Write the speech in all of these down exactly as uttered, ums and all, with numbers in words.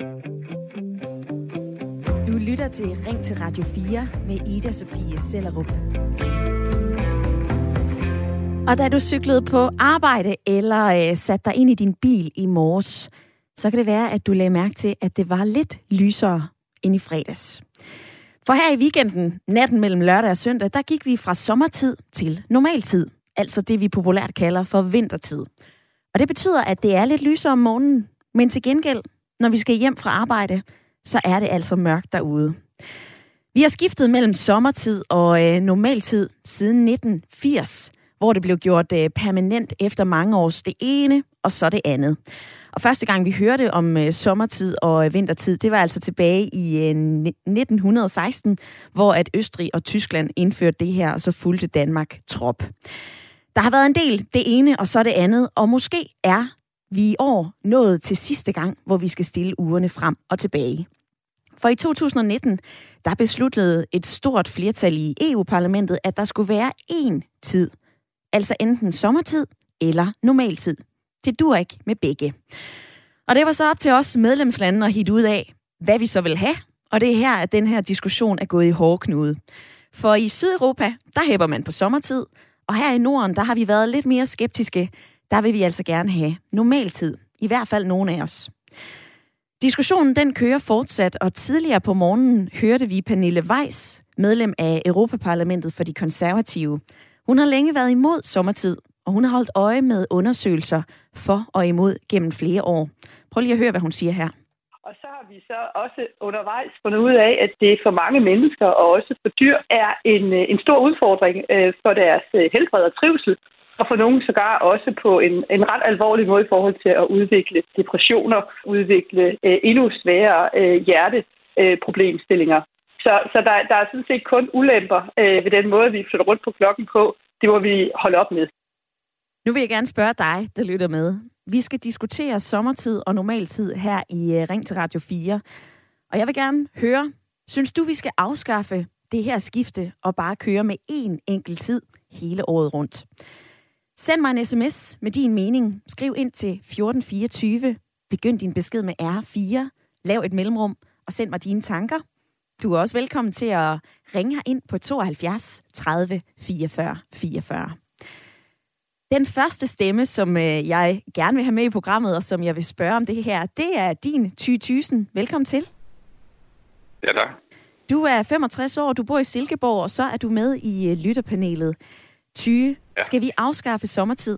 Du lytter til Ring til Radio fire med Ida Sofie Sellerup. Og da du cyklede på arbejde eller øh, satte dig ind i din bil i morges, så kan det være, at du lagde mærke til, at det var lidt lysere end i fredags. For her i weekenden, natten mellem lørdag og søndag, der gik vi fra sommertid til normaltid. Altså det, vi populært kalder for vintertid. Og det betyder, at det er lidt lysere om morgenen. Men til gengæld, når vi skal hjem fra arbejde, så er det altså mørkt derude. Vi har skiftet mellem sommertid og øh, normaltid siden nitten firs, hvor det blev gjort øh, permanent efter mange års det ene og så det andet. Og første gang vi hørte om øh, sommertid og øh, vintertid, det var altså tilbage i øh, nitten seksten, hvor at Østrig og Tyskland indførte det her, og så fulgte Danmark trop. Der har været en del det ene og så det andet, og måske er vi i år nået til sidste gang, hvor vi skal stille ugerne frem og tilbage. For i to tusind nitten, der besluttede et stort flertal i E U-parlamentet, at der skulle være én tid. Altså enten sommertid eller normaltid. Det dur ikke med begge. Og det var så op til os medlemslande at hitte ud af, hvad vi så vil have. Og det er her, at den her diskussion er gået i hårdknude. For i Sydeuropa, der hæpper man på sommertid. Og her i Norden, der har vi været lidt mere skeptiske. Der vil vi altså gerne have normaltid. I hvert fald nogen af os. Diskussionen den kører fortsat, og tidligere på morgenen hørte vi Pernille Weiss, medlem af Europaparlamentet for de konservative. Hun har længe været imod sommertid, og hun har holdt øje med undersøgelser for og imod gennem flere år. Prøv lige at høre, hvad hun siger her. Og så har vi så også undervejs fundet ud af, at det for mange mennesker og også for dyr er en, en stor udfordring øh, for deres helbred og trivsel. Og for nogen sågar også på en, en ret alvorlig måde i forhold til at udvikle depressioner, udvikle øh, endnu sværere øh, hjerteproblemstillinger. Øh, så så der, der er sådan set kun ulemper øh, ved den måde, vi flytter rundt på klokken på. Det må vi holde op med. Nu vil jeg gerne spørge dig, der lytter med. Vi skal diskutere sommertid og normaltid her i uh, Ring til Radio fire. Og jeg vil gerne høre, synes du, vi skal afskaffe det her skifte og bare køre med én enkelt tid hele året rundt? Send mig en sms med din mening. Skriv ind til fjorten fireogtyve. Begynd din besked med R fire. Lav et mellemrum og send mig dine tanker. Du er også velkommen til at ringe her ind på tooghalvfjerds tredive fireogfyrre fireogfyrre. Den første stemme, som øh, jeg gerne vil have med i programmet, og som jeg vil spørge om det her, det er din Ty Thyssen. Velkommen til. Ja, tak. Du er femogtres år, du bor i Silkeborg, og så er du med i øh, lytterpanelet. Ty, ja. Skal vi afskaffe sommertid?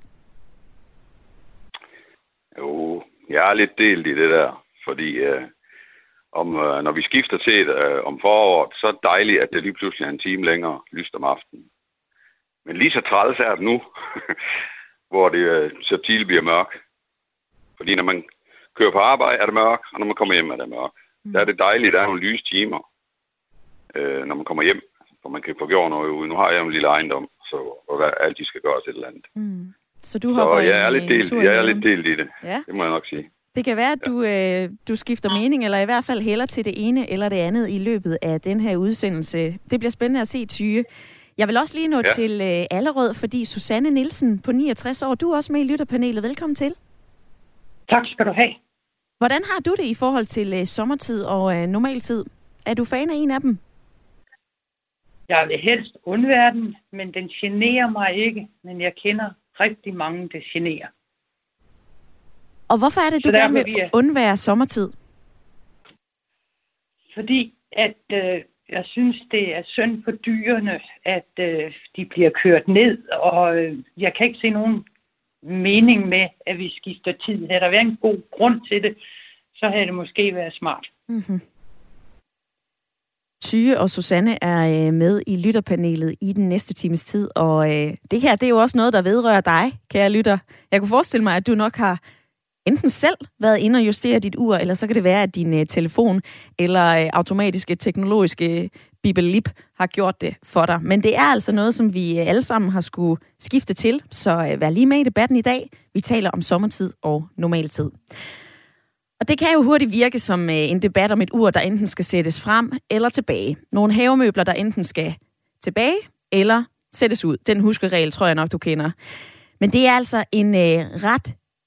Jo, jeg er lidt delt i det der, fordi øh, om, øh, når vi skifter til et, øh, om foråret, så er det dejligt, at det lige pludselig er en time længere lyst om aftenen. Men lige så træls er det nu, hvor det øh, så tidligt bliver mørk. Fordi når man kører på arbejde, er det mørk, og når man kommer hjem, er det mørk. Mm. Der er det dejligt, at der er nogle lyse timer, øh, når man kommer hjem, hvor man kan få gjort noget ude. Nu har jeg en lille ejendom, så hvor der altid skal gøres et eller andet. Mm. Så du hopper så jeg er lidt delt, jeg er lidt delt i det, ja. Det må jeg nok sige. Det kan være, at du, øh, du skifter mening, eller i hvert fald hælder til det ene eller det andet i løbet af den her udsendelse. Det bliver spændende at se, Tyge. Jeg vil også lige nå ja. til øh, Allerød, fordi Susanne Nielsen på niogtres år, du er også med i lytterpanelet. Velkommen til. Tak skal du have. Hvordan har du det i forhold til øh, sommertid og øh, normaltid? Er du fan af en af dem? Jeg vil helst undvære den, men den generer mig ikke. Men jeg kender rigtig mange, der generer. Og hvorfor er det, du gerne vil vi... undvære sommertid? Fordi at... Øh, Jeg synes, det er synd for dyrene, at øh, de bliver kørt ned, og øh, jeg kan ikke se nogen mening med, at vi skifter tid. Havde der været en god grund til det, så havde det måske været smart. Mm-hmm. Tyge og Susanne er øh, med i lytterpanelet i den næste times tid, og øh, det her, det er jo også noget, der vedrører dig, kære lytter. Jeg kunne forestille mig, at du nok har enten selv været inde og justere dit ur, eller så kan det være, at din uh, telefon eller uh, automatiske teknologiske bibelip har gjort det for dig. Men det er altså noget, som vi uh, alle sammen har skulle skifte til, så uh, vær lige med i debatten i dag. Vi taler om sommertid og normaltid. Og det kan jo hurtigt virke som uh, en debat om et ur, der enten skal sættes frem eller tilbage. Nogle havemøbler, der enten skal tilbage eller sættes ud. Den huskeregel tror jeg nok, du kender. Men det er altså en uh, ret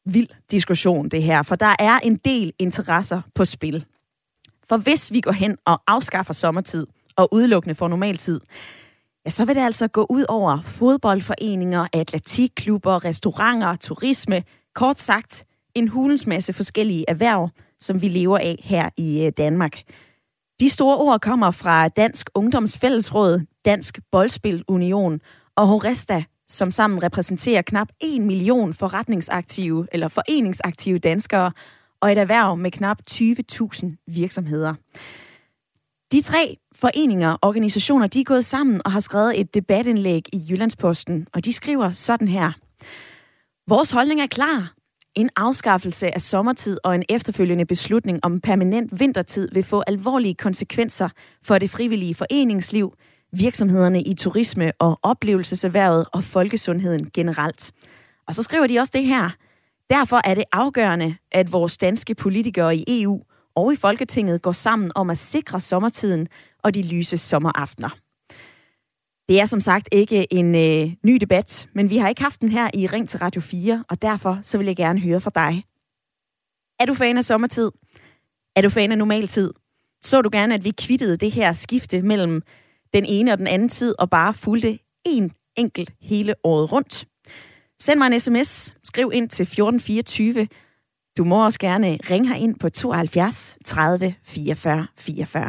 vild diskussion, det her, for der er en del interesser på spil. For hvis vi går hen og afskaffer sommertid og udelukkende for normaltid, ja, så vil det altså gå ud over fodboldforeninger, atletikklubber, restauranter, turisme, kort sagt en hulens masse forskellige erhverv, som vi lever af her i Danmark. De store ord kommer fra Dansk Ungdoms Fællesråd, Dansk Boldspil Union og Horesta, som sammen repræsenterer knap en million forretningsaktive eller foreningsaktive danskere og et erhverv med knap tyve tusind virksomheder. De tre foreninger, organisationer, de er gået sammen og har skrevet et debatindlæg i Jyllandsposten, og de skriver sådan her. Vores holdning er klar. En afskaffelse af sommertid og en efterfølgende beslutning om permanent vintertid vil få alvorlige konsekvenser for det frivillige foreningsliv, virksomhederne i turisme- og oplevelseserhvervet og folkesundheden generelt. Og så skriver de også det her. Derfor er det afgørende, at vores danske politikere i E U og i Folketinget går sammen om at sikre sommertiden og de lyse sommeraftener. Det er som sagt ikke en øh, ny debat, men vi har ikke haft den her i Ring til Radio fire, og derfor så vil jeg gerne høre fra dig. Er du fan af sommertid? Er du fan af normaltid? Så du gerne, at vi kvittede det her skifte mellem den ene og den anden tid, og bare fulgte en enkelt hele året rundt? Send mig en sms. Skriv ind til fjorten fireogtyve. Du må også gerne ringe her ind på tooghalvfjerds tredive fireogfyrre fireogfyrre.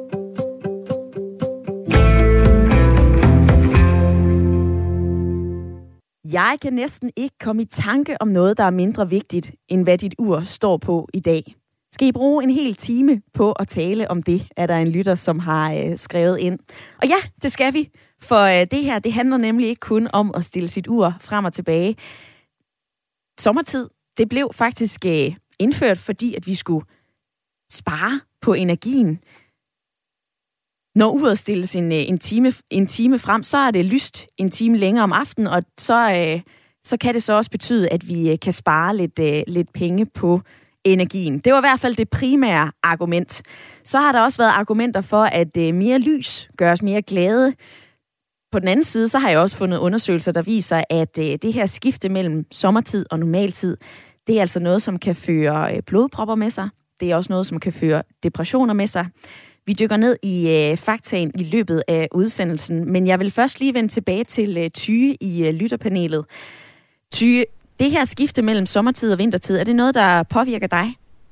Jeg kan næsten ikke komme i tanke om noget, der er mindre vigtigt, end hvad dit ur står på i dag. Skal I bruge en hel time på at tale om det, er der en lytter, som har øh, skrevet ind. Og ja, det skal vi, for øh, det her, det handler nemlig ikke kun om at stille sit ur frem og tilbage. Sommertid, det blev faktisk øh, indført, fordi at vi skulle spare på energien. Når uret stilles en, en, time, en time frem, så er det lyst en time længere om aftenen, og så, øh, så kan det så også betyde, at vi kan spare lidt, øh, lidt penge på energien. Det var i hvert fald det primære argument. Så har der også været argumenter for, at øh, mere lys gør os mere glade. På den anden side, så har jeg også fundet undersøgelser, der viser, at øh, det her skifte mellem sommertid og normaltid, det er altså noget, som kan føre øh, blodpropper med sig. Det er også noget, som kan føre depressioner med sig. Vi dykker ned i øh, faktaen i løbet af udsendelsen, men jeg vil først lige vende tilbage til øh, Tyge i øh, lytterpanelet. Tyge, det her skifte mellem sommertid og vintertid, er det noget, der påvirker dig?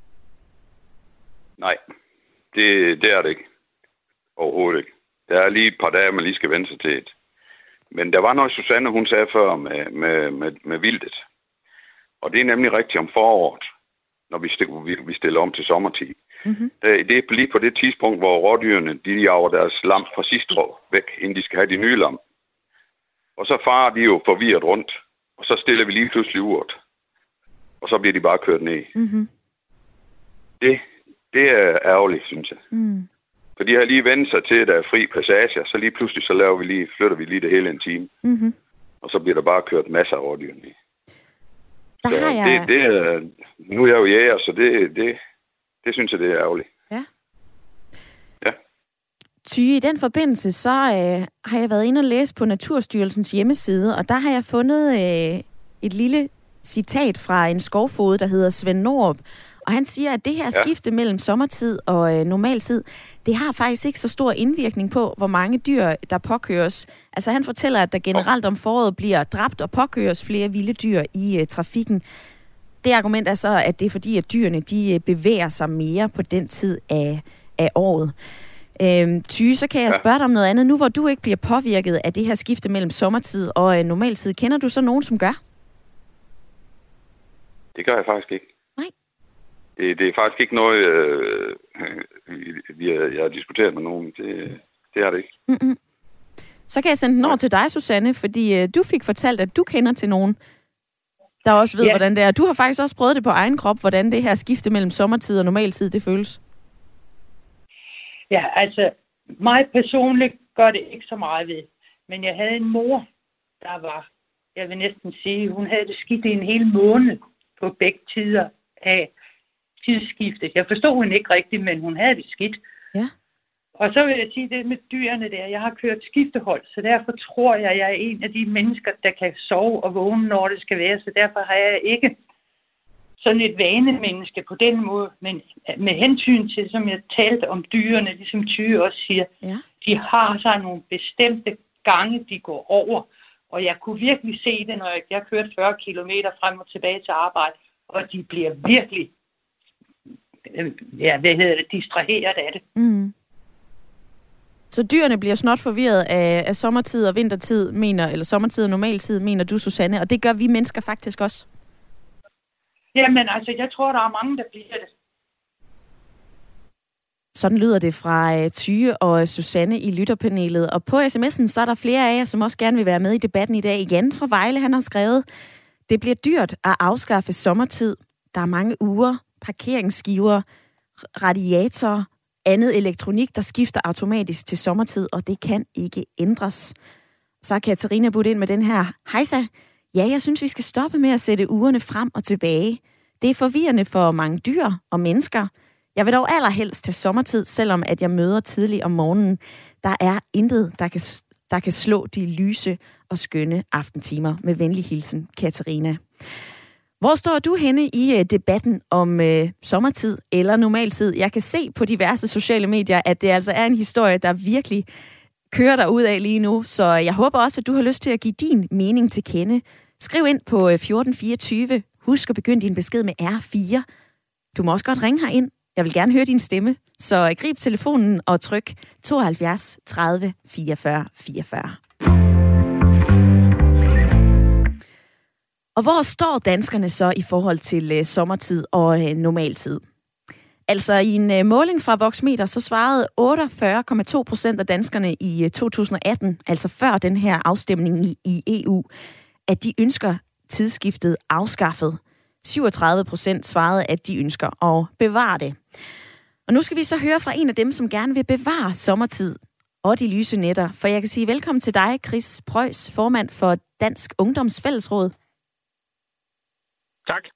Nej, det, det er det ikke. Overhovedet ikke. Der er lige et par dage, man lige skal vende sig til et. Men der var noget, Susanne hun sagde før med, med, med, med vildet. Og det er nemlig rigtigt om foråret, når vi, stiller, vi, vi stiller om til sommertid. Mm-hmm. Det, det er lige på det tidspunkt, hvor rådyrene de jager deres lam fra sidste år væk, inden de skal have de nye lam. Og så farer de jo forvirret rundt, og så stiller vi lige pludselig uret. Og så bliver de bare kørt ned. Mm-hmm. Det, det er ærgerligt, synes jeg. Mm. For de har lige vendt sig til, at der er fri passage, så lige pludselig så laver vi lige, flytter vi lige det hele en time. Mm-hmm. Og så bliver der bare kørt masser af rådyr ned. Så jeg... det, det er, nu er jeg jo jæger, så det, det, det synes jeg, det er ærgerligt. Ja. Ja. Tyge, i den forbindelse, så øh, har jeg været inde og læse på Naturstyrelsens hjemmeside, og der har jeg fundet øh, et lille citat fra en skovfoged, der hedder Svend Norup. Og han siger, at det her skifte ja. mellem sommertid og øh, normaltid, det har faktisk ikke så stor indvirkning på, hvor mange dyr, der påkøres. Altså han fortæller, at der generelt om foråret bliver dræbt og påkøres flere vilde dyr i øh, trafikken. Det argument er så, at det er fordi, at dyrene de øh, bevæger sig mere på den tid af, af året. Øhm, Tyge, så kan jeg ja. spørge dig om noget andet. Nu hvor du ikke bliver påvirket af det her skifte mellem sommertid og øh, normaltid, kender du så nogen, som gør? Det gør jeg faktisk ikke. Nej. Det, det er faktisk ikke noget, øh, vi har, jeg har diskuteret med nogen. Det, det er det ikke. Mm-mm. Så kan jeg sende den over til dig, Susanne, fordi øh, du fik fortalt, at du kender til nogen, der også ved, ja. hvordan det er. Du har faktisk også prøvet det på egen krop, hvordan det her skifte mellem sommertid og normaltid, det føles. Ja, altså, mig personligt gør det ikke så meget ved. Men jeg havde en mor, der var, jeg vil næsten sige, hun havde det skidt i en hel måned på begge tider af tidsskiftet. Jeg forstod hende ikke rigtigt, men hun havde det skidt. Ja. Og så vil jeg sige det med dyrene der. Jeg har kørt skiftehold, så derfor tror jeg, at jeg er en af de mennesker, der kan sove og vågne, når det skal være. Så derfor har jeg ikke sådan et vanemenneske på den måde, men med hensyn til, som jeg talte om dyrene, ligesom Tyge også siger, ja. De har så nogle bestemte gange, de går over, og jeg kunne virkelig se det, når jeg, jeg kørte fyrre kilometer frem og tilbage til arbejde, og de bliver virkelig ja, hvad hedder det, distraheret af det. Mm. Så dyrene bliver snot forvirret af, af sommertid og vintertid, mener, eller sommertid og normaltid, mener du, Susanne, og det gør vi mennesker faktisk også. Jamen altså, jeg tror, der er mange, der bliver det. Sådan lyder det fra uh, Tyge og Susanne i lytterpanelet. Og på sms'en, så er der flere af jer, som også gerne vil være med i debatten i dag. Jan fra Vejle, han har skrevet, det bliver dyrt at afskaffe sommertid. Der er mange uger, parkeringsskiver, radiatorer, andet elektronik, der skifter automatisk til sommertid, og det kan ikke ændres. Så har Katarina budt ind med den her. Hejsa, ja, jeg synes, vi skal stoppe med at sætte ugerne frem og tilbage. Det er forvirrende for mange dyr og mennesker. Jeg vil dog allerhelst have sommertid, selvom at jeg møder tidligt om morgenen. Der er intet, der kan, der kan slå de lyse og skønne aftentimer. Med venlig hilsen, Katarina. Hvor står du henne i debatten om øh, sommertid eller normaltid? Jeg kan se på diverse sociale medier, at det altså er en historie, der virkelig kører dig ud af lige nu. Så jeg håber også, at du har lyst til at give din mening til kende. Skriv ind på fjorten fireogtyve. Husk at begynde din besked med R fire. Du må også godt ringe herind. Jeg vil gerne høre din stemme. Så grib telefonen og tryk tooghalvfjerds tredive fireogfyrre fireogfyrre. Og hvor står danskerne så i forhold til øh, sommertid og øh, normaltid? Altså i en øh, måling fra Voxmeter, så svarede otteogfyrre komma to procent af danskerne i øh, to tusind atten, altså før den her afstemning i, i E U, at de ønsker tidsskiftet afskaffet. syvogtredive procent svarede, at de ønsker at bevare det. Og nu skal vi så høre fra en af dem, som gerne vil bevare sommertid og de lyse nætter. For jeg kan sige velkommen til dig, Chris Preuss, formand for Dansk Ungdoms Fællesråd. Tak.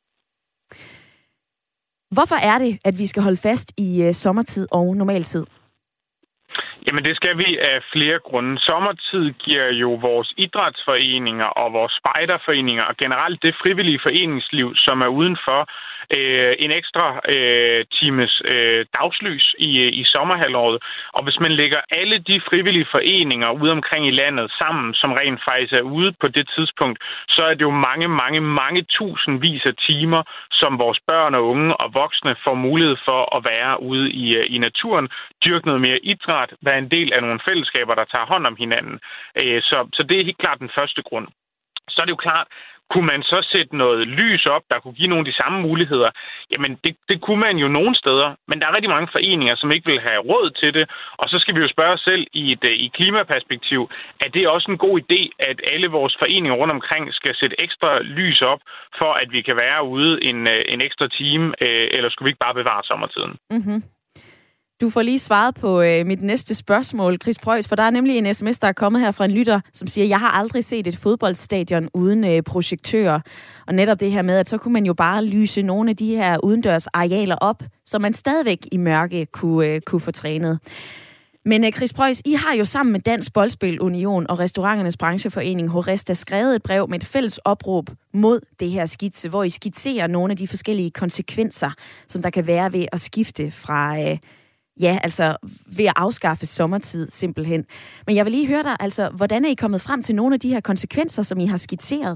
Hvorfor er det, at vi skal holde fast i uh, sommertid og normaltid? Jamen det skal vi af flere grunde. Sommertid giver jo vores idrætsforeninger og vores spejderforeninger og generelt det frivillige foreningsliv, som er udenfor, øh, en ekstra øh, times øh, dagslys i, i sommerhalvåret. Og hvis man lægger alle de frivillige foreninger ude omkring i landet sammen, som rent faktisk er ude på det tidspunkt, så er det jo mange, mange, mange tusindvis af timer, som vores børn og unge og voksne får mulighed for at være ude i, i naturen, dyrke noget mere idræt, være en del af nogle fællesskaber, der tager hånd om hinanden. Så, så det er helt klart den første grund. Så er det jo klart, kunne man så sætte noget lys op, der kunne give nogle af de samme muligheder? Jamen, det, det kunne man jo nogle steder, men der er rigtig mange foreninger, som ikke vil have råd til det. Og så skal vi jo spørge os selv i et i klimaperspektiv, er det også en god idé, at alle vores foreninger rundt omkring skal sætte ekstra lys op, for at vi kan være ude en, en ekstra time, eller skulle vi ikke bare bevare sommertiden? Mm-hmm. Du får lige svaret på øh, mit næste spørgsmål, Chris Preuss, for der er nemlig en sms, der er kommet her fra en lytter, som siger, jeg har aldrig set et fodboldstadion uden øh, projektører. Og netop det her med, at så kunne man jo bare lyse nogle af de her udendørs arealer op, så man stadigvæk i mørke kunne, øh, kunne få trænet. Men øh, Chris Preuss, I har jo sammen med Dansk Boldspil Union og Restauranternes Brancheforening Horesta skrevet et brev med et fælles opråb mod det her skitse, hvor I skitserer nogle af de forskellige konsekvenser, som der kan være ved at skifte fra... Øh, Ja, altså ved at afskaffe sommertid simpelthen. Men jeg vil lige høre dig, altså, hvordan er I kommet frem til nogle af de her konsekvenser, som I har skitseret?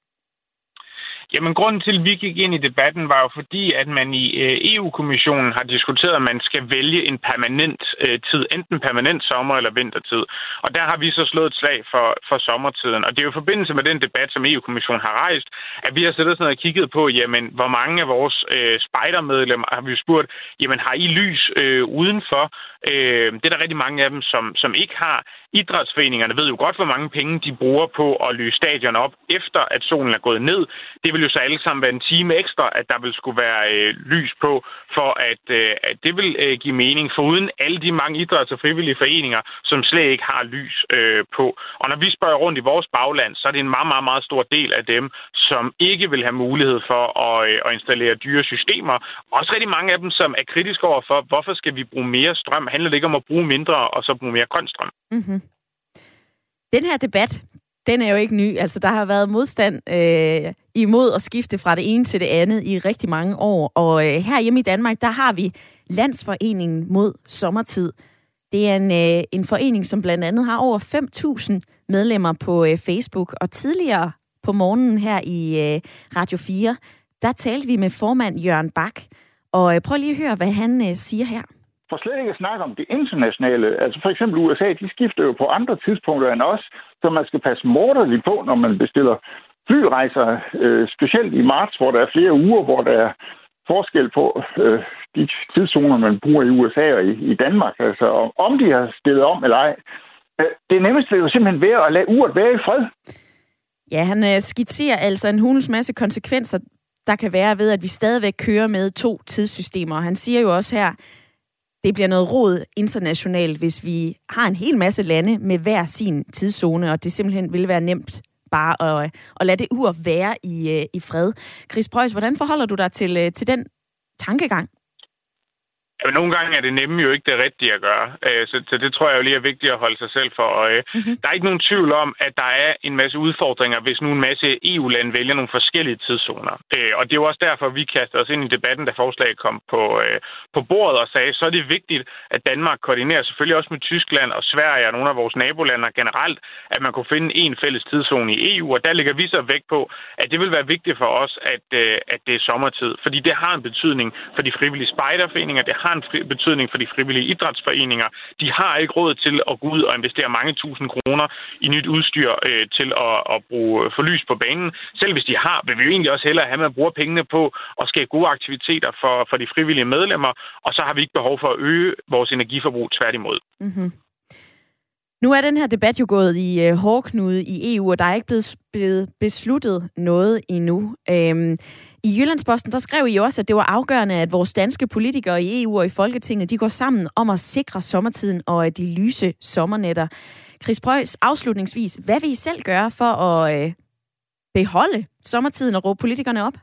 Jamen, grunden til, at vi gik ind i debatten, var jo fordi, at man i E U-kommissionen har diskuteret, at man skal vælge en permanent øh, tid, enten permanent sommer- eller vintertid. Og der har vi så slået et slag for, for sommertiden. Og det er jo i forbindelse med den debat, som E U-kommissionen har rejst, at vi har siddet sådan og kigget på, jamen, hvor mange af vores øh, spejdermedlemmer har vi jo spurgt, jamen, har I lys øh, udenfor? Øh, det er der rigtig mange af dem, som, som ikke har. Idrætsforeningerne ved jo godt, hvor mange penge de bruger på at lyse stadion op, efter at solen er gået ned. Det vil jo så alle sammen være en time ekstra, at der vil skulle være øh, lys på, for at, øh, at det vil øh, give mening, foruden alle de mange idræts- og frivillige foreninger, som slet ikke har lys øh, på. Og når vi spørger rundt i vores bagland, så er det en meget, meget, meget stor del af dem, som ikke vil have mulighed for at, øh, at installere dyre systemer. Også rigtig mange af dem, som er kritiske over for, hvorfor skal vi bruge mere strøm? Handler det ikke om at bruge mindre, og så bruge mere grøn strøm? Mm-hmm. Den her debat, Den er jo ikke ny. Altså, der har været modstand øh, imod at skifte fra det ene til det andet i rigtig mange år. Og øh, her hjemme i Danmark, der har vi Landsforeningen mod sommertid. Det er en, øh, en forening, som blandt andet har over fem tusind medlemmer på øh, Facebook. Og tidligere på morgenen her i øh, Radio fire, der talte vi med formand Jørgen Bak. Og øh, prøv lige at høre, hvad han øh, siger her. For slet ikke at snakke om det internationale. Altså for eksempel U S A, de skifter jo på andre tidspunkter end os, så man skal passe morderligt på, når man bestiller flyrejser, øh, specielt i marts, hvor der er flere uger, hvor der er forskel på øh, de tidszoner, man bruger i U S A og i, i Danmark. Altså om de har stillet om eller ej. Det nemmeste vil jo simpelthen være at lade uret være i fred. Ja, han øh, skitserer altså en hulens masse konsekvenser, der kan være ved, at vi stadigvæk kører med to tidssystemer. Han siger jo også her, det bliver noget rod internationalt, hvis vi har en hel masse lande med hver sin tidszone, og det simpelthen vil være nemt bare at, at lade det ur være i, i fred. Chris Preuss, hvordan forholder du dig til, til den tankegang? Ja, nogle gange er det nemme jo ikke det rigtige at gøre, så, så det tror jeg jo lige er vigtigt at holde sig selv for øje. Mm-hmm. Der er ikke nogen tvivl om, at der er en masse udfordringer, hvis nu en masse E U-lande vælger nogle forskellige tidszoner. Og det er jo også derfor, vi kastede os ind i debatten, da forslaget kom på, på bordet og sagde, så er det vigtigt, at Danmark koordinerer selvfølgelig også med Tyskland og Sverige og nogle af vores nabolande generelt, at man kunne finde en fælles tidszone i E U, og der ligger vi så vægt på, at det vil være vigtigt for os, at, at det er sommertid, fordi det har en betydning for de frivillige spejderforeninger, det har en fri betydning for de frivillige idrætsforeninger. De har ikke råd til at gå ud og investere mange tusind kroner i nyt udstyr øh, til at, at bruge for lys på banen. Selv hvis de har, vil vi jo egentlig også hellere have, at man bruger pengene på at skabe gode aktiviteter for, for de frivillige medlemmer, og så har vi ikke behov for at øge vores energiforbrug, tværtimod. Mm-hmm. Nu er den her debat jo gået i øh, hårdknude i E U, og der er ikke blevet, blevet besluttet noget endnu. Øhm, I Jyllandsposten, der skrev I også, at det var afgørende, at vores danske politikere i E U og i Folketinget, de går sammen om at sikre sommertiden og de lyse sommernætter. Chris Preuss, afslutningsvis, hvad vil I selv gøre for at øh, beholde sommertiden og råbe politikerne op?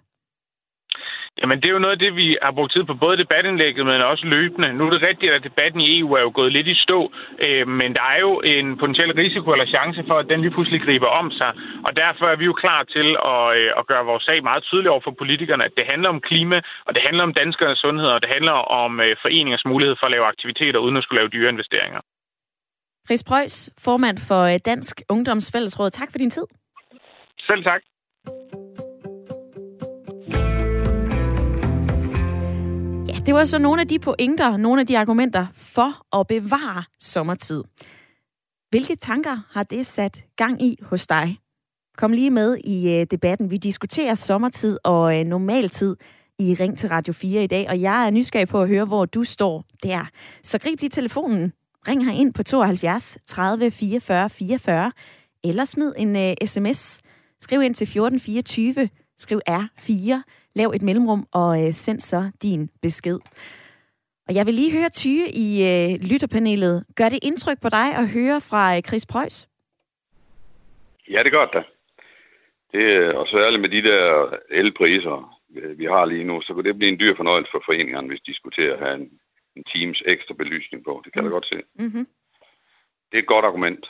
Jamen, det er jo noget af det, vi har brugt tid på, både debatindlægget, men også løbende. Nu er det rigtigt, at debatten i E U er jo gået lidt i stå, øh, men der er jo en potentiel risiko eller chance for, at den lige pludselig griber om sig. Og derfor er vi jo klar til at, øh, at gøre vores sag meget tydelig over for politikerne, at det handler om klima, og det handler om danskernes sundhed, og det handler om øh, foreningers mulighed for at lave aktiviteter, uden at skulle lave dyre investeringer. Chris Preuss, formand for Dansk Ungdoms Fællesråd. Tak for din tid. Selv tak. Det var så nogle af de pointer, nogle af de argumenter for at bevare sommertid. Hvilke tanker har det sat gang i hos dig? Kom lige med i debatten. Vi diskuterer sommertid og normaltid i Ring til Radio fire i dag, og jeg er nysgerrig på at høre, hvor du står der. Så grib lige telefonen. Ring her ind på tooghalvfjerds tredive fireogfyrre fireogfyrre, eller smid en uh, sms. Skriv ind til fjorten fireogtyve, skriv R fire, lav et mellemrum og øh, send så din besked. Og jeg vil lige høre Tyge i øh, lytterpanelet. Gør det indtryk på dig at høre fra øh, Chris Preuss? Ja, det gør det. Det er også ærligt med de der elpriser, vi har lige nu, så kan det blive en dyr fornøjelse for foreningerne, hvis de skulle til at have en, en times ekstra belysning på. Det kan mm. jeg godt se. Mm-hmm. Det er et godt argument.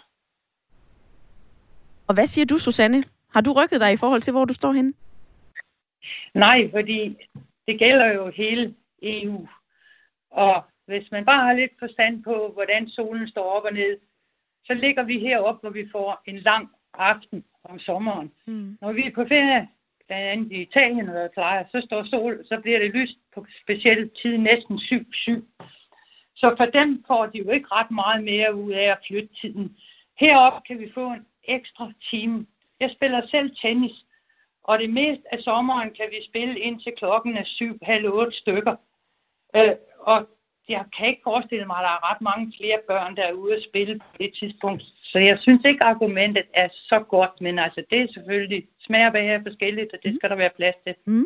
Og hvad siger du, Susanne? Har du rykket dig i forhold til, hvor du står henne? Nej, fordi det gælder jo hele E U. Og hvis man bare har lidt forstand på, hvordan solen står op og ned, så ligger vi heroppe, hvor vi får en lang aften om sommeren. Mm. Når vi er på ferie, blandt andet i Italien, hvor jeg plejer, så står sol, så bliver det lyst på speciel tid næsten syv syv. Så for dem får de jo ikke ret meget mere ud af at flytte tiden. Heroppe kan vi få en ekstra time. Jeg spiller selv tennis. Og det meste af sommeren kan vi spille indtil klokken er syv, halv otte stykker. Øh, og jeg kan ikke forestille mig, at der er ret mange flere børn, der er ude at spille på det tidspunkt. Så jeg synes ikke, argumentet er så godt, men altså det er selvfølgelig smager bag forskelligt, og det skal der være plads til. Mm.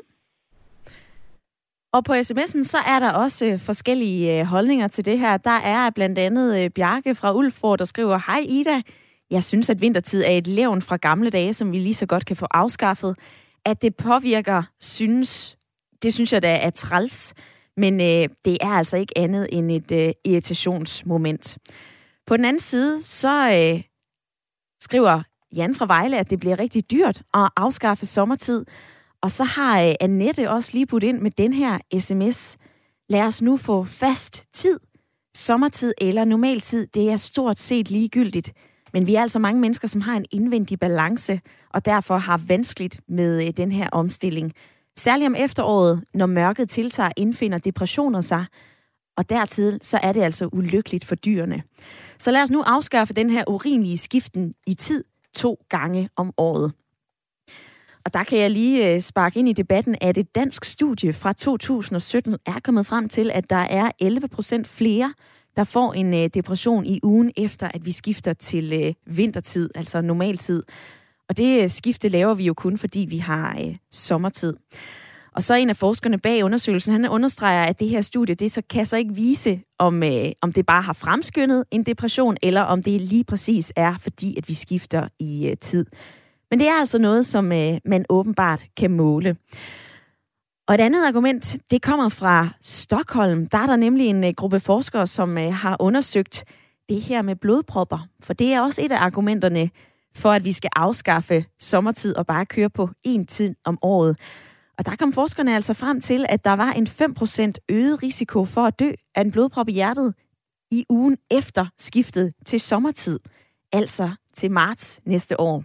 Og på sms'en, så er der også forskellige holdninger til det her. Der er blandt andet Bjarke fra Ulfborg, der skriver, hej Ida. Jeg synes, at vintertid er et levn fra gamle dage, som vi lige så godt kan få afskaffet. At det påvirker, synes, det synes jeg, der er træls. Men øh, det er altså ikke andet end et øh, irritationsmoment. På den anden side, så øh, skriver Jan fra Vejle, at det bliver rigtig dyrt at afskaffe sommertid. Og så har øh, Annette også lige budt ind med den her sms. Lad os nu få fast tid. Sommertid eller normaltid, det er stort set ligegyldigt. Men vi er altså mange mennesker, som har en indvendig balance, og derfor har vanskeligt med øh, den her omstilling. Særligt om efteråret, når mørket tiltager, indfinder depressioner sig. Og dertil så er det altså ulykkeligt for dyrene. Så lad os nu afskaffe den her urimelige skiften i tid to gange om året. Og der kan jeg lige sparke ind i debatten, at et dansk studie fra to tusind og sytten er kommet frem til, at der er elleve procent flere, der får en depression i ugen efter, at vi skifter til vintertid, altså normaltid. Og det skifte laver vi jo kun, fordi vi har sommertid. Og så en af forskerne bag undersøgelsen, han understreger, at det her studie, det så kan så ikke vise, om, øh, om det bare har fremskyndet en depression, eller om det lige præcis er, fordi at vi skifter i øh, tid. Men det er altså noget, som øh, man åbenbart kan måle. Og et andet argument, det kommer fra Stockholm. Der er der nemlig en øh, gruppe forskere, som øh, har undersøgt det her med blodpropper. For det er også et af argumenterne for, at vi skal afskaffe sommertid og bare køre på én tid om året. Og der kom forskerne altså frem til, at der var en fem procent øget risiko for at dø af en blodprop i hjertet i ugen efter skiftet til sommertid, altså til marts næste år.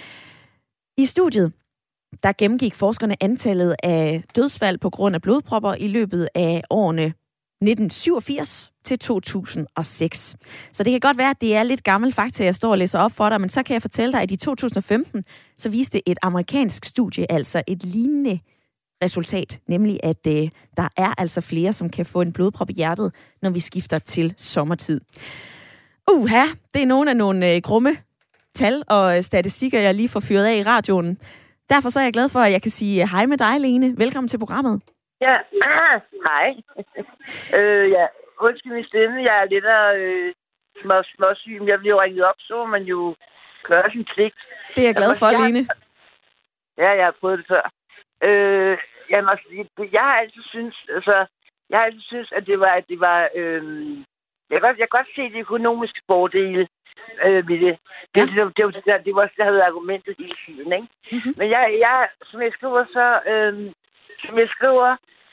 I studiet, der gennemgik forskerne antallet af dødsfald på grund af blodpropper i løbet af årene nitten syvogfirs til to tusind og seks. Så det kan godt være, at det er lidt gammel fakta, jeg står og læser op for dig, men så kan jeg fortælle dig, at i to tusind og femten, så viste et amerikansk studie altså et lignende resultat, nemlig at øh, der er altså flere, som kan få en blodprop i hjertet, når vi skifter til sommertid. Uha, det er nogle af nogle øh, grumme tal og statistikker, jeg lige får fyret af i radioen. Derfor så er jeg glad for, at jeg kan sige hej med dig, Lene. Velkommen til programmet. Ja, ah, hej. øh, ja, undskyld min stemme. Jeg er lidt af øh, små, småsyg, men jeg bliver ringet op, så må man jo gøre sin pligt. Det er jeg glad for, jeg, Lene. Ja, jeg har prøvet det før. Øh, jeg, må sige, jeg har altid synes, altså, jeg har altid synes, at det var, at det var, øh, jeg kan godt, jeg kan godt se de økonomiske fordele øh, ved det. Det, ja. det, det, det, det, det var også, der havde argumentet hele tiden, ikke? Mm-hmm. Men jeg, jeg, som jeg skriver, så, øh, som jeg skriver,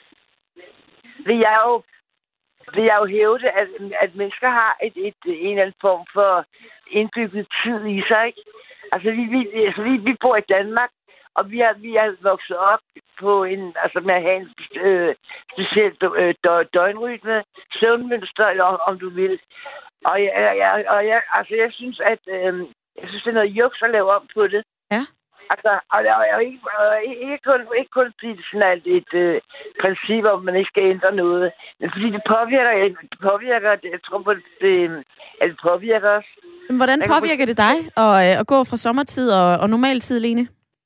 vil jeg jo, vil jeg jo hævde, at, at mennesker har et, et, en eller anden form for indbygget tid i sig, ikke? Altså, vi, vi, altså, vi, vi bor i Danmark, og vi har, vi har vokset op på en, altså med at have en øh, speciel øh, dø, døgnrytme, søvnmønster, eller om, om du vil. Og jeg, jeg, og jeg, altså jeg synes, at øh, jeg synes, det er noget juks at lave om på det. Ja. Altså, og, og, og, ikke, og ikke, kun, ikke kun fordi det sådan et, et øh, princip, om man ikke skal ændre noget, men fordi det påvirker, det påvirker, jeg tror på, det, at det påvirker os. Men hvordan påvirker det dig at, at gå fra sommertid og, og normaltid, Lene?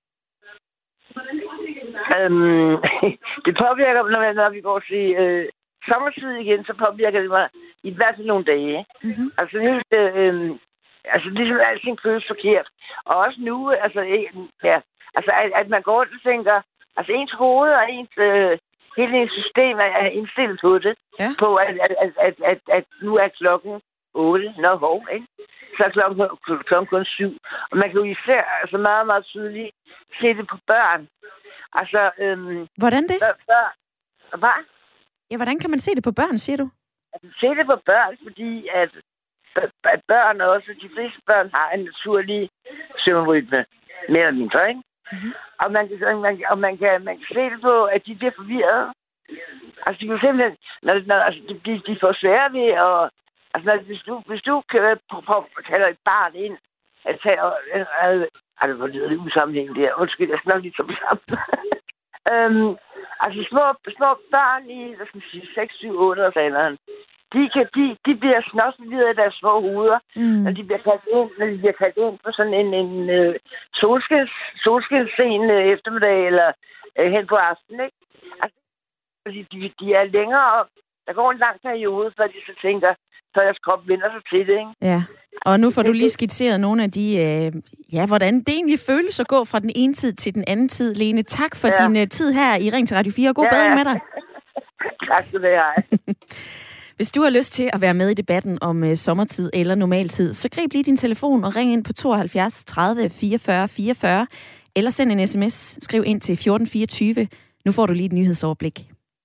Um, det påvirker, når, når vi går til øh, sommertid igen, så påvirker det mig i hvert fald nogle dage. Mm-hmm. Altså, nu, øh, altså ligesom alting føles forkert. Og også nu, altså, ja, altså at, at man går og tænker, altså ens hoved og ens, øh, hele ens system er indstillet på det. Ja. På at, at, at, at, at, at nu er klokken otte, når hov, ikke? Så er klokken, klokken kun syv. Og man kan jo især altså meget, meget tydeligt se det på børn. Altså, øhm, hvordan det? Børn. Hvad? Ja, hvordan kan man se det på børn, siger du? Altså, se det på børn, fordi at, at børn også, de fleste børn har en naturlig søvnrytme, mere eller mindre, ikke? Mm-hmm. Og, man, man, og man, kan, man kan se det på, at de bliver forvirret. Altså, de kan simpelthen, når, når, altså, de, de får svære ved at, altså, når, hvis du, hvis du kan kalder et barn ind, at tage, ej, det var lidt usammenhængende der. Undskyld, jeg snakker lidt som sammen. øhm, altså, små, små børn i, hvad skal man sige, seks, syv, otte års alderen, de, kan, de, de bliver snosset af deres små hoveder, mm. når de bliver kaldt ind, når de bliver kaldt ind på sådan en, en uh, solskins, solskinsscene uh, eftermiddag, eller uh, hen på aftenen, ikke? Altså, de, de er længere op. Der går en lang periode, før de så tænker, så deres krop vender sig til det, ikke? Ja, og nu får du lige skitseret nogle af de, øh, ja, hvordan det egentlig føles at gå fra den ene tid til den anden tid. Lene, tak for ja. din uh, tid her i Ring til Radio fire. God ja, bedring med dig. Tak skal du have. Hvis du har lyst til at være med i debatten om øh, sommertid eller normaltid, så grib lige din telefon og ring ind på tooghalvfjerds tredive fireogfyrre fireogfyrre, eller send en sms, skriv ind til fjorten fireogtyve. Nu får du lige et nyhedsoverblik.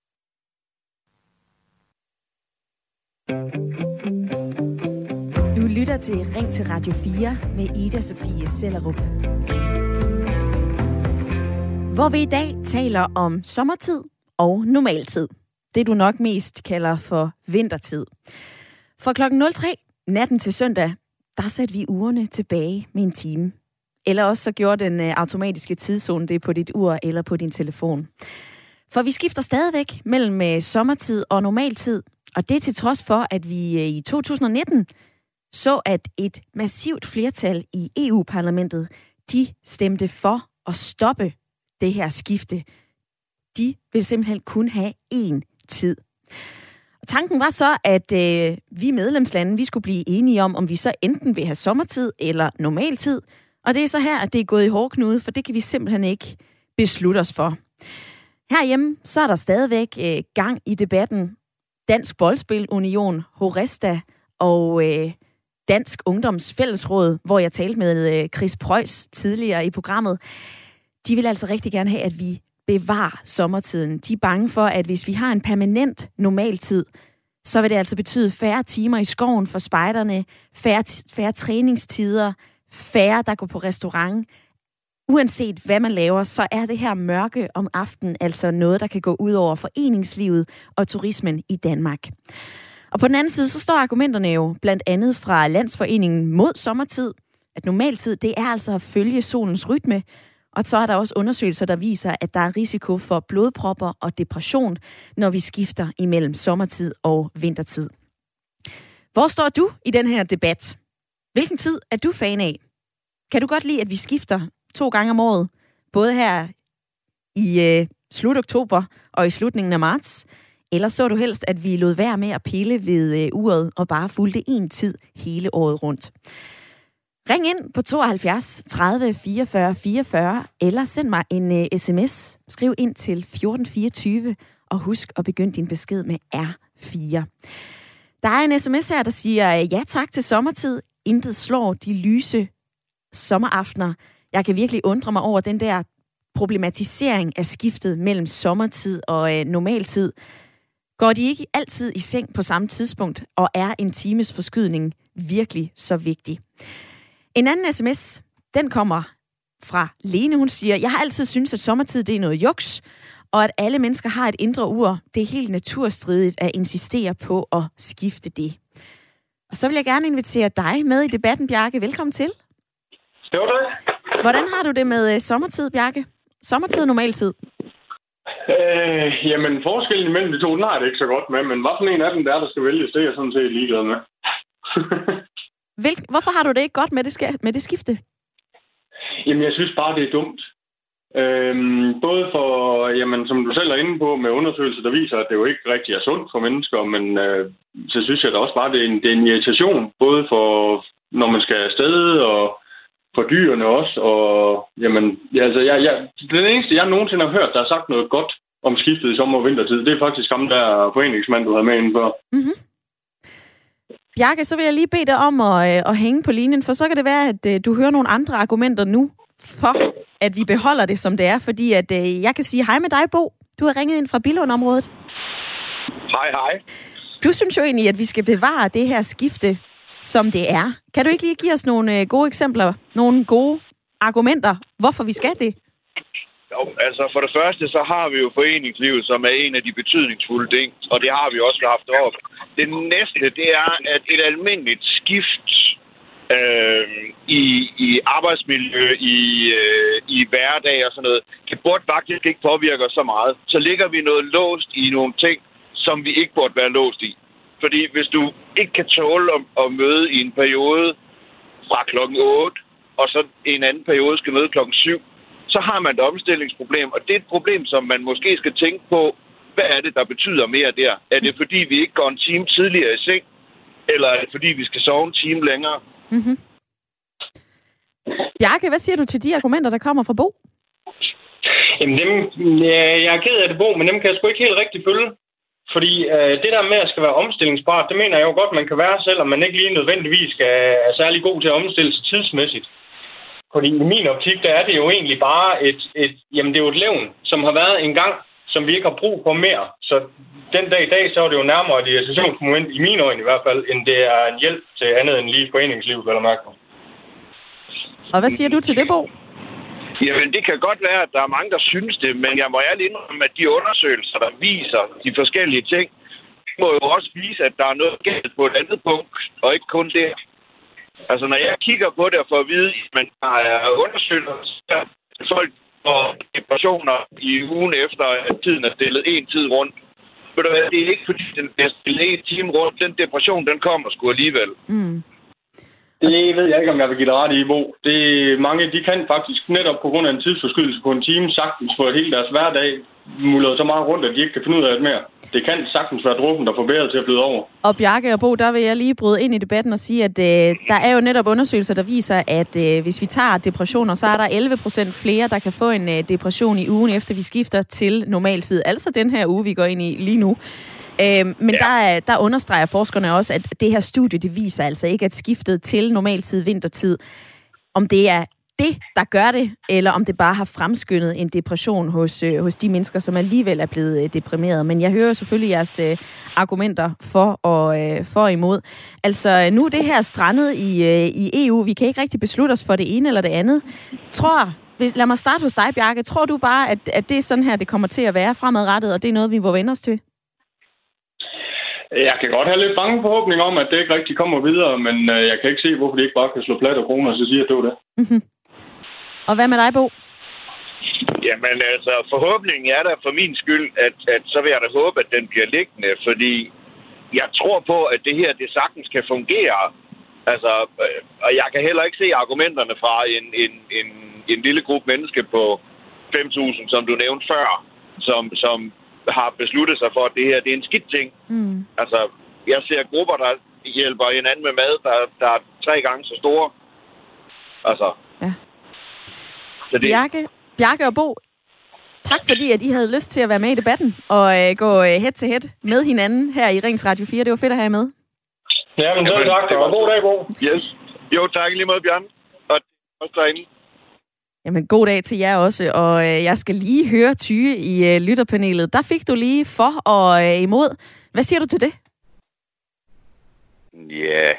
Du lytter til Ring til Radio fire med Ida Sofie Sellerup. Hvor vi i dag taler om sommertid og normaltid. Det du nok mest kalder for vintertid. For klokken nul tre natten til søndag, der satte vi ugerne tilbage med en time. Eller også så gjorde den automatiske tidszone det på dit ur eller på din telefon. For vi skifter stadigvæk mellem sommertid og normaltid. Og det til trods for, at vi i to tusind nitten så, at et massivt flertal i E U-parlamentet, de stemte for at stoppe det her skifte. De vil simpelthen kun have én tid. Og tanken var så, at øh, vi medlemslande, vi skulle blive enige om, om vi så enten vil have sommertid eller normaltid. Og det er så her, at det er gået i hårdknude, for det kan vi simpelthen ikke beslutte os for. Herhjemme, så er der stadigvæk øh, gang i debatten. Dansk Boldspil Union, Horesta og øh, Dansk Ungdoms Fællesråd, hvor jeg talte med øh, Chris Preuss tidligere i programmet. De vil altså rigtig gerne have, at vi bevarer sommertiden. De er bange for, at hvis vi har en permanent normaltid, så vil det altså betyde færre timer i skoven for spejderne, færre, færre træningstider, færre, der går på restaurant. Uanset hvad man laver, så er det her mørke om aftenen altså noget, der kan gå ud over foreningslivet og turismen i Danmark. Og på den anden side, så står argumenterne jo blandt andet fra Landsforeningen mod sommertid, at normaltid, det er altså at følge solens rytme. Og så er der også undersøgelser, der viser, at der er risiko for blodpropper og depression, når vi skifter imellem sommertid og vintertid. Hvor står du i den her debat? Hvilken tid er du fan af? Kan du godt lide, at vi skifter to gange om året? Både her i øh, slut oktober og i slutningen af marts? Eller så du helst, at vi lod være med at pille ved øh, uret og bare fulgte en tid hele året rundt? Ring ind på tooghalvfjerds tredive fireogfyrre fireogfyrre, eller send mig en uh, sms. Skriv ind til fjorten fireogtyve, og husk at begynde din besked med R fire. Der er en sms her, der siger, ja tak til sommertid. Intet slår de lyse sommeraftener. Jeg kan virkelig undre mig over den der problematisering af skiftet mellem sommertid og uh, normaltid. Går de ikke altid i seng på samme tidspunkt, og er en times forskydning virkelig så vigtig? En anden sms, den kommer fra Lene. Hun siger, jeg har altid syntes, at sommertid det er noget juks, og at alle mennesker har et indre ur. Det er helt naturstridigt at insistere på at skifte det. Og så vil jeg gerne invitere dig med i debatten, Bjarke. Velkommen til. Jo, tak. Hvordan har du det med sommertid, Bjarke? Sommertid og normaltid? Øh, jamen, forskellen imellem de to, den har jeg det ikke så godt med, men hvad for en af dem der, der skal vælges, det er jeg sådan set ligeglad med. Hvil, hvorfor har du det ikke godt med det, med det skifte? Jamen, jeg synes bare, det er dumt. Øhm, både for, jamen, som du selv er inde på, med undersøgelser, der viser, at det jo ikke rigtig er sundt for mennesker, men øh, så synes jeg da også bare, det er en, det er en irritation, både for, når man skal afsted, og for dyrene også, og jamen, ja, altså, jeg, jeg, den eneste, jeg nogensinde har hørt, der har sagt noget godt om skiftet i sommer- og vintertid, det er faktisk ham der foreningsmand, du havde med inden før. Mhm. Bjarke, så vil jeg lige bede dig om at, øh, at hænge på linjen, for så kan det være, at øh, du hører nogle andre argumenter nu for, at vi beholder det, som det er. Fordi at, øh, jeg kan sige hej med dig, Bo. Du har ringet ind fra Billund-området. Hej, hej. Du synes jo egentlig, at vi skal bevare det her skifte, som det er. Kan du ikke lige give os nogle øh, gode eksempler, nogle gode argumenter, hvorfor vi skal det? Jo, altså for det første, så har vi jo foreningslivet, som er en af de betydningsfulde ting, og det har vi også haft op. Det næste, det er, at et almindeligt skift øh, i, i arbejdsmiljø, i, øh, i hverdag og sådan noget, det burde faktisk ikke påvirke os så meget. Så ligger vi noget låst i nogle ting, som vi ikke burde være låst i. Fordi hvis du ikke kan tåle at, at møde i en periode fra klokken otte, og så en anden periode skal møde klokken syv, så har man et omstillingsproblem, og det er et problem, som man måske skal tænke på, hvad er det, der betyder mere der? Er det, fordi vi ikke går en time tidligere i seng, eller er det, fordi vi skal sove en time længere? Mm-hmm. Bjarke, hvad siger du til de argumenter, der kommer fra Bo? Jamen, dem, ja, jeg er ked af det, Bo, men dem kan jeg sgu ikke helt rigtig følge. Fordi øh, det der med at skal være omstillingsparat, det mener jeg jo godt, man kan være, selvom man ikke lige nødvendigvis skal, er særlig god til at omstille sig tidsmæssigt. Fordi i min optik, der er det jo egentlig bare et, et, jamen det er jo et levn, som har været en gang, som vi ikke har brug for mere. Så den dag i dag, så er det jo nærmere et irritationsmoment, i mine øjne i hvert fald, end det er en hjælp til andet end lige foreningslivet, vel at mærke. Og hvad siger du til det, Bo? Jamen, det kan godt være, at der er mange, der synes det, men jeg må ærligt indrømme, at de undersøgelser, der viser de forskellige ting, må jo også vise, at der er noget galt på et andet punkt, og ikke kun der. Altså, når jeg kigger på det og får at vide, at man har undersøgt folk for depressioner i ugen efter, at tiden er stillet en tid rundt. Ved du hvad, det er ikke fordi, den er stillet en time rundt. Den depression, den kommer sgu alligevel. Mm. Det ved jeg ikke, om jeg vil give dig ret i, Bo. Det, mange de kan faktisk netop på grund af en tidsforskydelse på en time sagtens få hele deres hverdag mullet så meget rundt, at de ikke kan finde ud af det mere. Det kan sagtens være dråben, der får bæret til at flyde over. Og Bjarke og Bo, der vil jeg lige bryde ind i debatten og sige, at øh, der er jo netop undersøgelser, der viser, at øh, hvis vi tager depressioner, så er der elleve procent flere, der kan få en øh, depression i ugen, efter vi skifter til normaltid. Altså den her uge, vi går ind i lige nu. Øh, men ja. der, der understreger forskerne også, at det her studie, det viser altså ikke, at skiftet til normaltid, vintertid, om det er det, der gør det, eller om det bare har fremskyndet en depression hos, øh, hos de mennesker, som alligevel er blevet øh, deprimeret. Men jeg hører selvfølgelig jeres øh, argumenter for og, øh, for og imod. Altså, nu er det her strandet i, øh, i E U. Vi kan ikke rigtig beslutte os for det ene eller det andet. Tror, lad mig starte hos dig, Bjarke. Tror du bare, at, at det er sådan her, det kommer til at være fremadrettet, og det er noget, vi må vende os til? Jeg kan godt have lidt bange forhåbning om, at det ikke rigtig kommer videre, men øh, jeg kan ikke se, hvorfor de ikke bare kan slå plat og kroner og så sige, at det var det. Mm-hmm. Og hvad med dig, Bo? Jamen altså, forhåbningen er der for min skyld, at, at så vil jeg da håbe, at den bliver liggende, fordi jeg tror på, at det her, det sagtens kan fungere. Altså, øh, og jeg kan heller ikke se argumenterne fra en, en, en, en lille gruppe mennesker på fem tusind, som du nævnte før, som, som har besluttet sig for, at det her, det er en skidt ting. Mm. Altså, jeg ser grupper, der hjælper hinanden med mad, der, der er tre gange så store. Altså... Ja. Det... Bjarke, Bjarke og Bo, tak fordi, at I havde lyst til at være med i debatten og øh, gå head til head med hinanden her i Rings Radio fire. Det var fedt at have jer med. Ja, men selv tak. Og god dag, Bo. Yes. Jo, tak lige måde, Bjørn. Og også derinde. Jamen, god dag til jer også. Og øh, jeg skal lige høre Tyge i øh, lytterpanelet. Der fik du lige for og øh, imod. Hvad siger du til det? Ja... Yeah.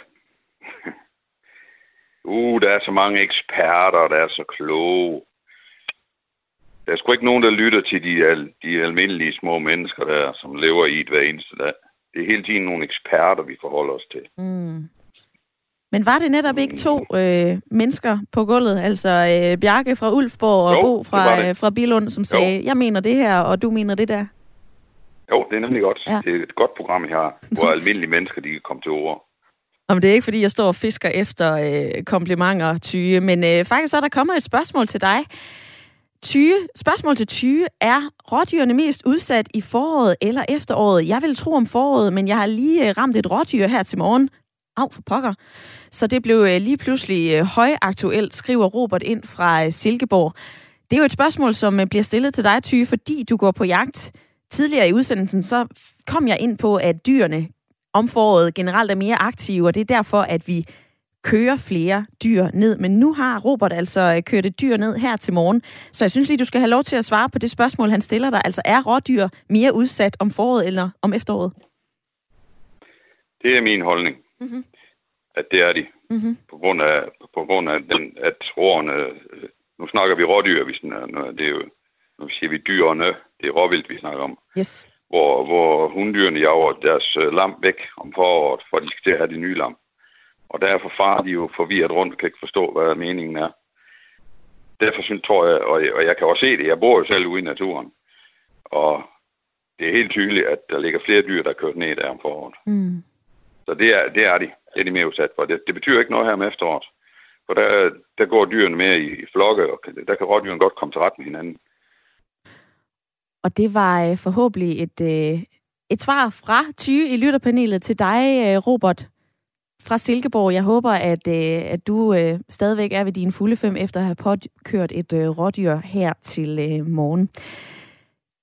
Uh, der er så mange eksperter, der er så kloge. Der er sgu ikke nogen, der lytter til de, al- de almindelige små mennesker der, som lever i et hver eneste dag. Det er hele tiden nogle eksperter, vi forholder os til. Mm. Men var det netop ikke to øh, mennesker på gulvet, altså øh, Bjarke fra Ulfborg og jo, Bo fra, øh, fra Billund, som sagde, jo. Jeg mener det her, og du mener det der? Jo, det er nemlig godt. Ja. Det er et godt program, I har, hvor almindelige mennesker, de kan komme til ord. Om det er ikke, fordi jeg står og fisker efter øh, komplimenter, Tyge, men øh, faktisk så er der kommet et spørgsmål til dig. Tyge, spørgsmål til Tyge, er rådyrene mest udsat i foråret eller efteråret? Jeg vil tro om foråret, men jeg har lige øh, ramt et rådyr her til morgen. Au, for pokker. Så det blev øh, lige pludselig øh, højaktuelt, skriver Robert ind fra øh, Silkeborg. Det er jo et spørgsmål, som øh, bliver stillet til dig, Tyge, fordi du går på jagt. Tidligere i udsendelsen, så kom jeg ind på, at dyrene om foråret generelt er mere aktive, og det er derfor, at vi kører flere dyr ned. Men nu har Robert altså kørt et dyr ned her til morgen, så jeg synes lige, du skal have lov til at svare på det spørgsmål, han stiller dig. Altså, er rådyr mere udsat om foråret eller om efteråret? Det er min holdning, mm-hmm. at det er de. Mm-hmm. På grund af, på grund af den, at råerne... Nu snakker vi rådyr, hvis den er, det er jo, nu siger vi dyrene, det er råvildt, vi snakker om. Yes. Hvor, hvor hunddyrene jager deres øh, lam væk om foråret, for de skal til at have de nye lam. Og derfor farer de jo forvirret rundt og kan ikke forstå, hvad meningen er. Derfor synes, tror jeg, og jeg, og jeg kan også se det, jeg bor jo selv ude i naturen. Og det er helt tydeligt, at der ligger flere dyr, der er kørt ned der om foråret. Mm. Så det er, det er de. Det er de mere udsat for. Det, det betyder ikke noget her med efteråret. For der, der går dyrene mere i, i flokke, og der kan rådyrene godt komme til ret med hinanden. Og det var øh, forhåbentlig et, øh, et svar fra Tyge i lytterpanelet til dig, øh, Robert fra Silkeborg. Jeg håber, at, øh, at du øh, stadigvæk er ved dine fulde fem, efter at have påkørt et øh, rådyr her til øh, morgen.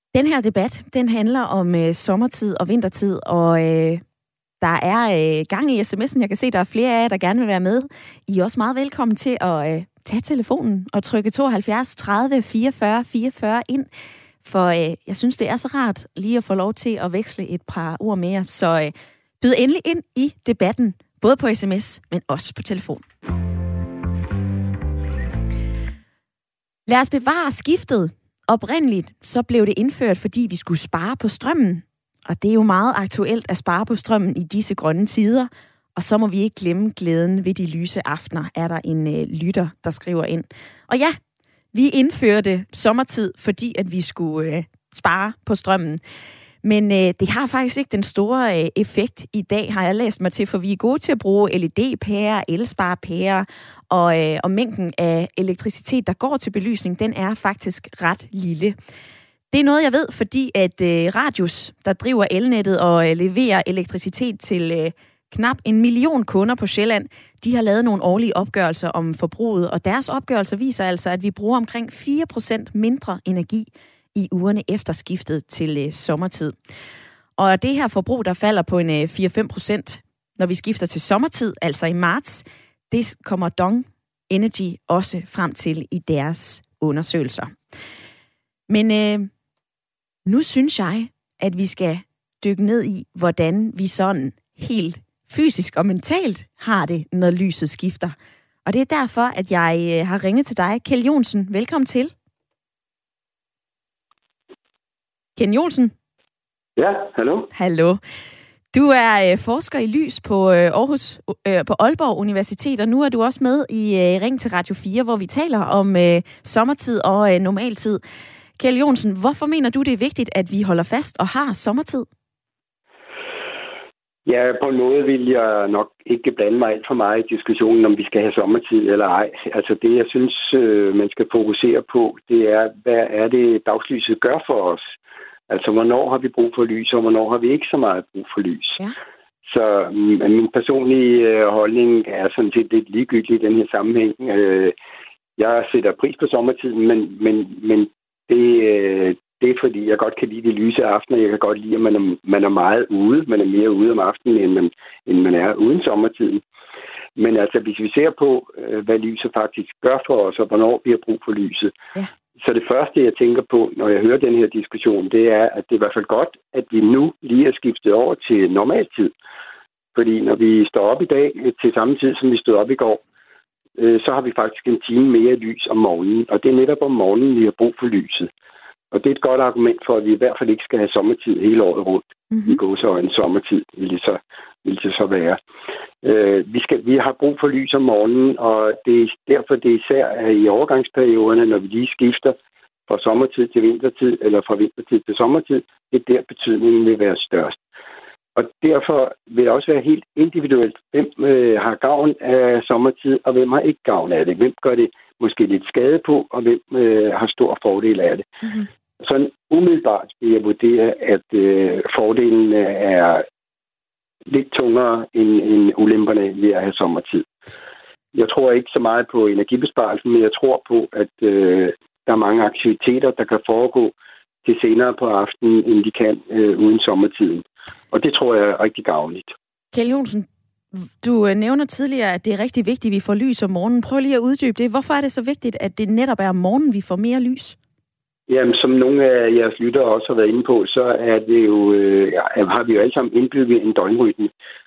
Den her debat, den handler om øh, sommertid og vintertid, og øh, der er øh, gang i sms'en. Jeg kan se, der er flere af jer, der gerne vil være med. I er også meget velkommen til at øh, tage telefonen og trykke tooghalvfjerds tredive fireogfyrre fireogfyrre ind, for øh, jeg synes, det er så rart lige at få lov til at veksle et par ord mere. Så øh, byd endelig ind i debatten, både på sms, men også på telefon. Lad os bevare skiftet. Oprindeligt så blev det indført, fordi vi skulle spare på strømmen. Og det er jo meget aktuelt at spare på strømmen i disse grønne tider. Og så må vi ikke glemme glæden ved de lyse aftener, er der en øh, lytter, der skriver ind. Og ja, vi indførte sommertid, fordi at vi skulle øh, spare på strømmen. Men øh, det har faktisk ikke den store øh, effekt i dag, har jeg læst mig til, for vi er gode til at bruge L E D-pærer, elsparepærer, og, øh, og mængden af elektricitet, der går til belysning, den er faktisk ret lille. Det er noget, jeg ved, fordi at øh, Radius, der driver elnettet og øh, leverer elektricitet til øh, knap en million kunder på Sjælland, de har lavet nogle årlige opgørelser om forbruget, og deres opgørelser viser altså, at vi bruger omkring fire procent mindre energi i ugerne efter skiftet til øh, sommertid. Og det her forbrug, der falder på en øh, fire til fem procent, når vi skifter til sommertid, altså i marts, det kommer Dong Energy også frem til i deres undersøgelser. Men øh, nu synes jeg, at vi skal dykke ned i, hvordan vi sådan helt fysisk og mentalt har det, når lyset skifter. Og det er derfor, at jeg øh, har ringet til dig, Kjeld Johnsen. Velkommen til. Ken Johnsen? Ja, hallo. Hallo. Du er øh, forsker i lys på øh, Aarhus, øh, på Aalborg Universitet, og nu er du også med i øh, Ring til Radio fire, hvor vi taler om øh, sommertid og øh, normaltid. Kjeld Johnsen, hvorfor mener du, det er vigtigt, at vi holder fast og har sommertid? Ja, på en måde vil jeg nok ikke blande mig alt for meget i diskussionen, om vi skal have sommertid eller ej. Altså det, jeg synes, øh, man skal fokusere på, det er, hvad er det, dagslyset gør for os? Altså, hvornår har vi brug for lys, og hvornår har vi ikke så meget brug for lys? Ja. Så mm, min personlige øh, holdning er sådan set lidt ligegyldig i den her sammenhæng. Øh, jeg sætter pris på sommertiden, men, men, men det, øh, det er fordi, jeg godt kan lide de lyse aftener. Jeg kan godt lide, at man er, man er meget ude. Man er mere ude om aftenen, end man, end man er uden sommertiden. Men altså, hvis vi ser på, øh, hvad lyset faktisk gør for os, og hvornår vi har brug for lyset, ja. Så det første, jeg tænker på, når jeg hører den her diskussion, det er, at det er i hvert fald godt, at vi nu lige er skiftet over til normaltid. Fordi når vi står op i dag til samme tid, som vi stod op i går, øh, så har vi faktisk en time mere lys om morgenen. Og det er netop om morgenen, vi har brug for lyset. Og det er et godt argument for, at vi i hvert fald ikke skal have sommertid hele året rundt. Mm-hmm. I gåseøjne sommertid vil det så, vil det så være. Øh, vi, skal, vi har brug for lys om morgenen, og det er derfor det især er i overgangsperioderne, når vi lige skifter fra sommertid til vintertid, eller fra vintertid til sommertid, det er der betydningen vil være størst. Og derfor vil det også være helt individuelt, hvem øh, har gavn af sommertid, og hvem har ikke gavn af det. Hvem gør det måske lidt skade på, og hvem øh, har stor fordel af det. Mm-hmm. Sådan umiddelbart vil jeg vurdere, at øh, fordelen er lidt tungere end, end ulemperne ved at have sommertid. Jeg tror ikke så meget på energibesparelsen, men jeg tror på, at øh, der er mange aktiviteter, der kan foregå til senere på aftenen, end de kan øh, uden sommertiden. Og det tror jeg er rigtig gavnligt. Kjeld Johnsen, du nævner tidligere, at det er rigtig vigtigt, at vi får lys om morgenen. Prøv lige at uddybe det. Hvorfor er det så vigtigt, at det netop er om morgenen, vi får mere lys? Jamen, som nogle af jeres lyttere også har været inde på, så er det jo, øh, ja, har vi jo alle sammen indbygget en døgnrytme.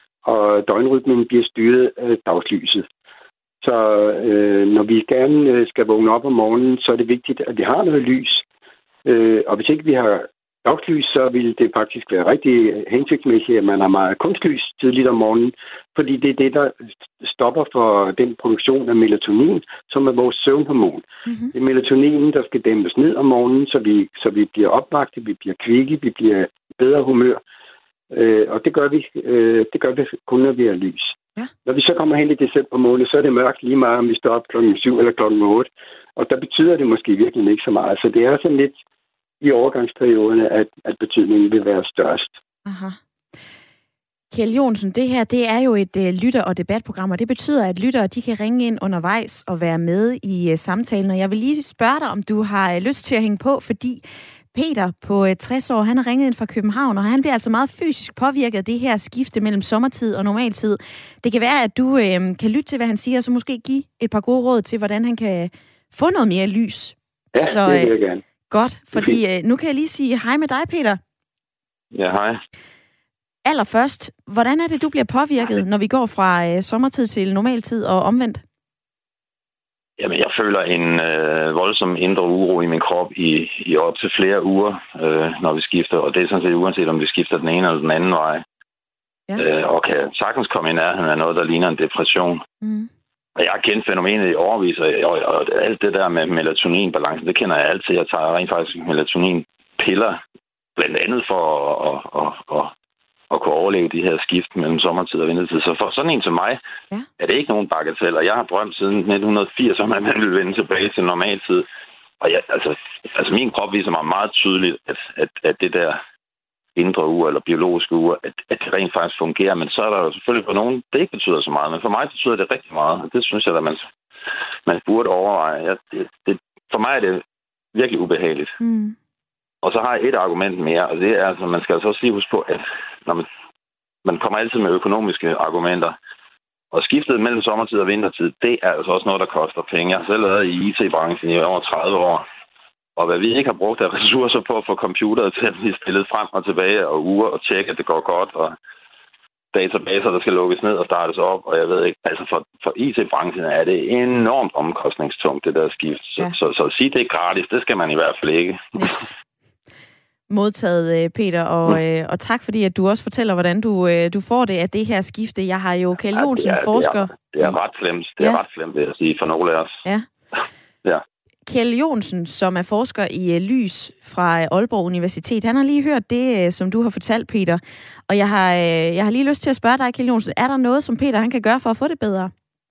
Og døgnrytmen bliver styret af dagslyset. Så øh, når vi gerne skal vågne op om morgenen, så er det vigtigt, at vi har noget lys. Øh, og hvis ikke vi har dagslys, så vil det faktisk være rigtig hensigtsmæssigt, at man har meget kunstlys tidligt om morgenen, fordi det er det, der stopper for den produktion af melatonin, som er vores søvnhormon. Mm-hmm. Det er melatoninen, der skal dæmpes ned om morgenen, så vi, så vi bliver opvagte, vi bliver kvikke, vi bliver bedre humør. Øh, og det gør vi, øh, det gør vi kun, når vi har lys. Ja. Når vi så kommer hen i december måned, så er det mørkt lige meget, om vi står op klokken syv eller klokken otte. Og der betyder det måske virkelig ikke så meget. Så det er sådan lidt i overgangsperioderne, at, at betydningen vil være størst. Aha. Kjeld Johnsen, det her det er jo et uh, lytter- og debatprogram, og det betyder, at lyttere de kan ringe ind undervejs og være med i uh, samtalen. Og jeg vil lige spørge dig, om du har uh, lyst til at hænge på, fordi Peter på tres år, han har ringet ind fra København, og han bliver altså meget fysisk påvirket af det her skifte mellem sommertid og normaltid. Det kan være, at du øh, kan lytte til, hvad han siger, og så måske give et par gode råd til, hvordan han kan få noget mere lys. Ja, så, det vil jeg gerne. Godt, fordi øh, nu kan jeg lige sige hej med dig, Peter. Ja, hej. Allerførst, hvordan er det, du bliver påvirket, når vi går fra øh, sommertid til normaltid og omvendt? Jamen, jeg føler en øh, voldsom indre uro i min krop i, i op til flere uger, øh, når vi skifter. Og det er sådan set uanset, om vi skifter den ene eller den anden vej. Ja. Øh, og kan sagtens komme i nærheden af noget, der ligner en depression. Mm. Og jeg har kendt fænomenet i årevis, og, og, og alt det der med melatoninbalancen, det kender jeg altid. Jeg tager rent faktisk melatoninpiller, blandt andet for at, at, at, at, at kunne overleve de her skift mellem sommertid og vintertid. Så for sådan en som mig, ja. Er det ikke nogen bagatel. Og jeg har drømt siden nitten firs om, at man vil vende tilbage til normaltid. Og jeg, altså, altså min krop viser mig meget tydeligt, at, at, at det der indre uger eller biologiske uger, at, at det rent faktisk fungerer. Men så er der jo selvfølgelig for nogen, det ikke betyder så meget. Men for mig betyder det rigtig meget. Og det synes jeg, at man, man burde overveje. Jeg, det, det, for mig er det virkelig ubehageligt. Mm. Og så har jeg et argument mere, og det er, altså, man skal altså også lige huske på, at når man, man kommer altid med økonomiske argumenter, og skiftet mellem sommertid og vintertid, det er altså også noget, der koster penge. Jeg har selv været i I T-branchen i over tredive år, og hvad vi ikke har brugt af ressourcer på at få computere til at blive stillet frem og tilbage, og uger og tjekke, at det går godt, og databaser, der skal lukkes ned og startes op, og jeg ved ikke, altså for, for I T-branchen er det enormt omkostningstungt, det der skift. Så, ja. så, så, så at sige, det er gratis, det skal man i hvert fald ikke. Yes. Modtaget, Peter, og, øh, og tak fordi, at du også fortæller, hvordan du, øh, du får det af det her skifte. Jeg har jo Kjeld Johnsen, ja, det er, forsker... Det er, det er ret slemt, det er ja. ret slemt, vil jeg sige, for nogle af os. Ja. ja. Kjeld Johnsen, som er forsker i uh, lys fra Aalborg Universitet, han har lige hørt det, uh, som du har fortalt, Peter. Og jeg har, uh, jeg har lige lyst til at spørge dig, Kjeld Johnsen, er der noget, som Peter han kan gøre for at få det bedre?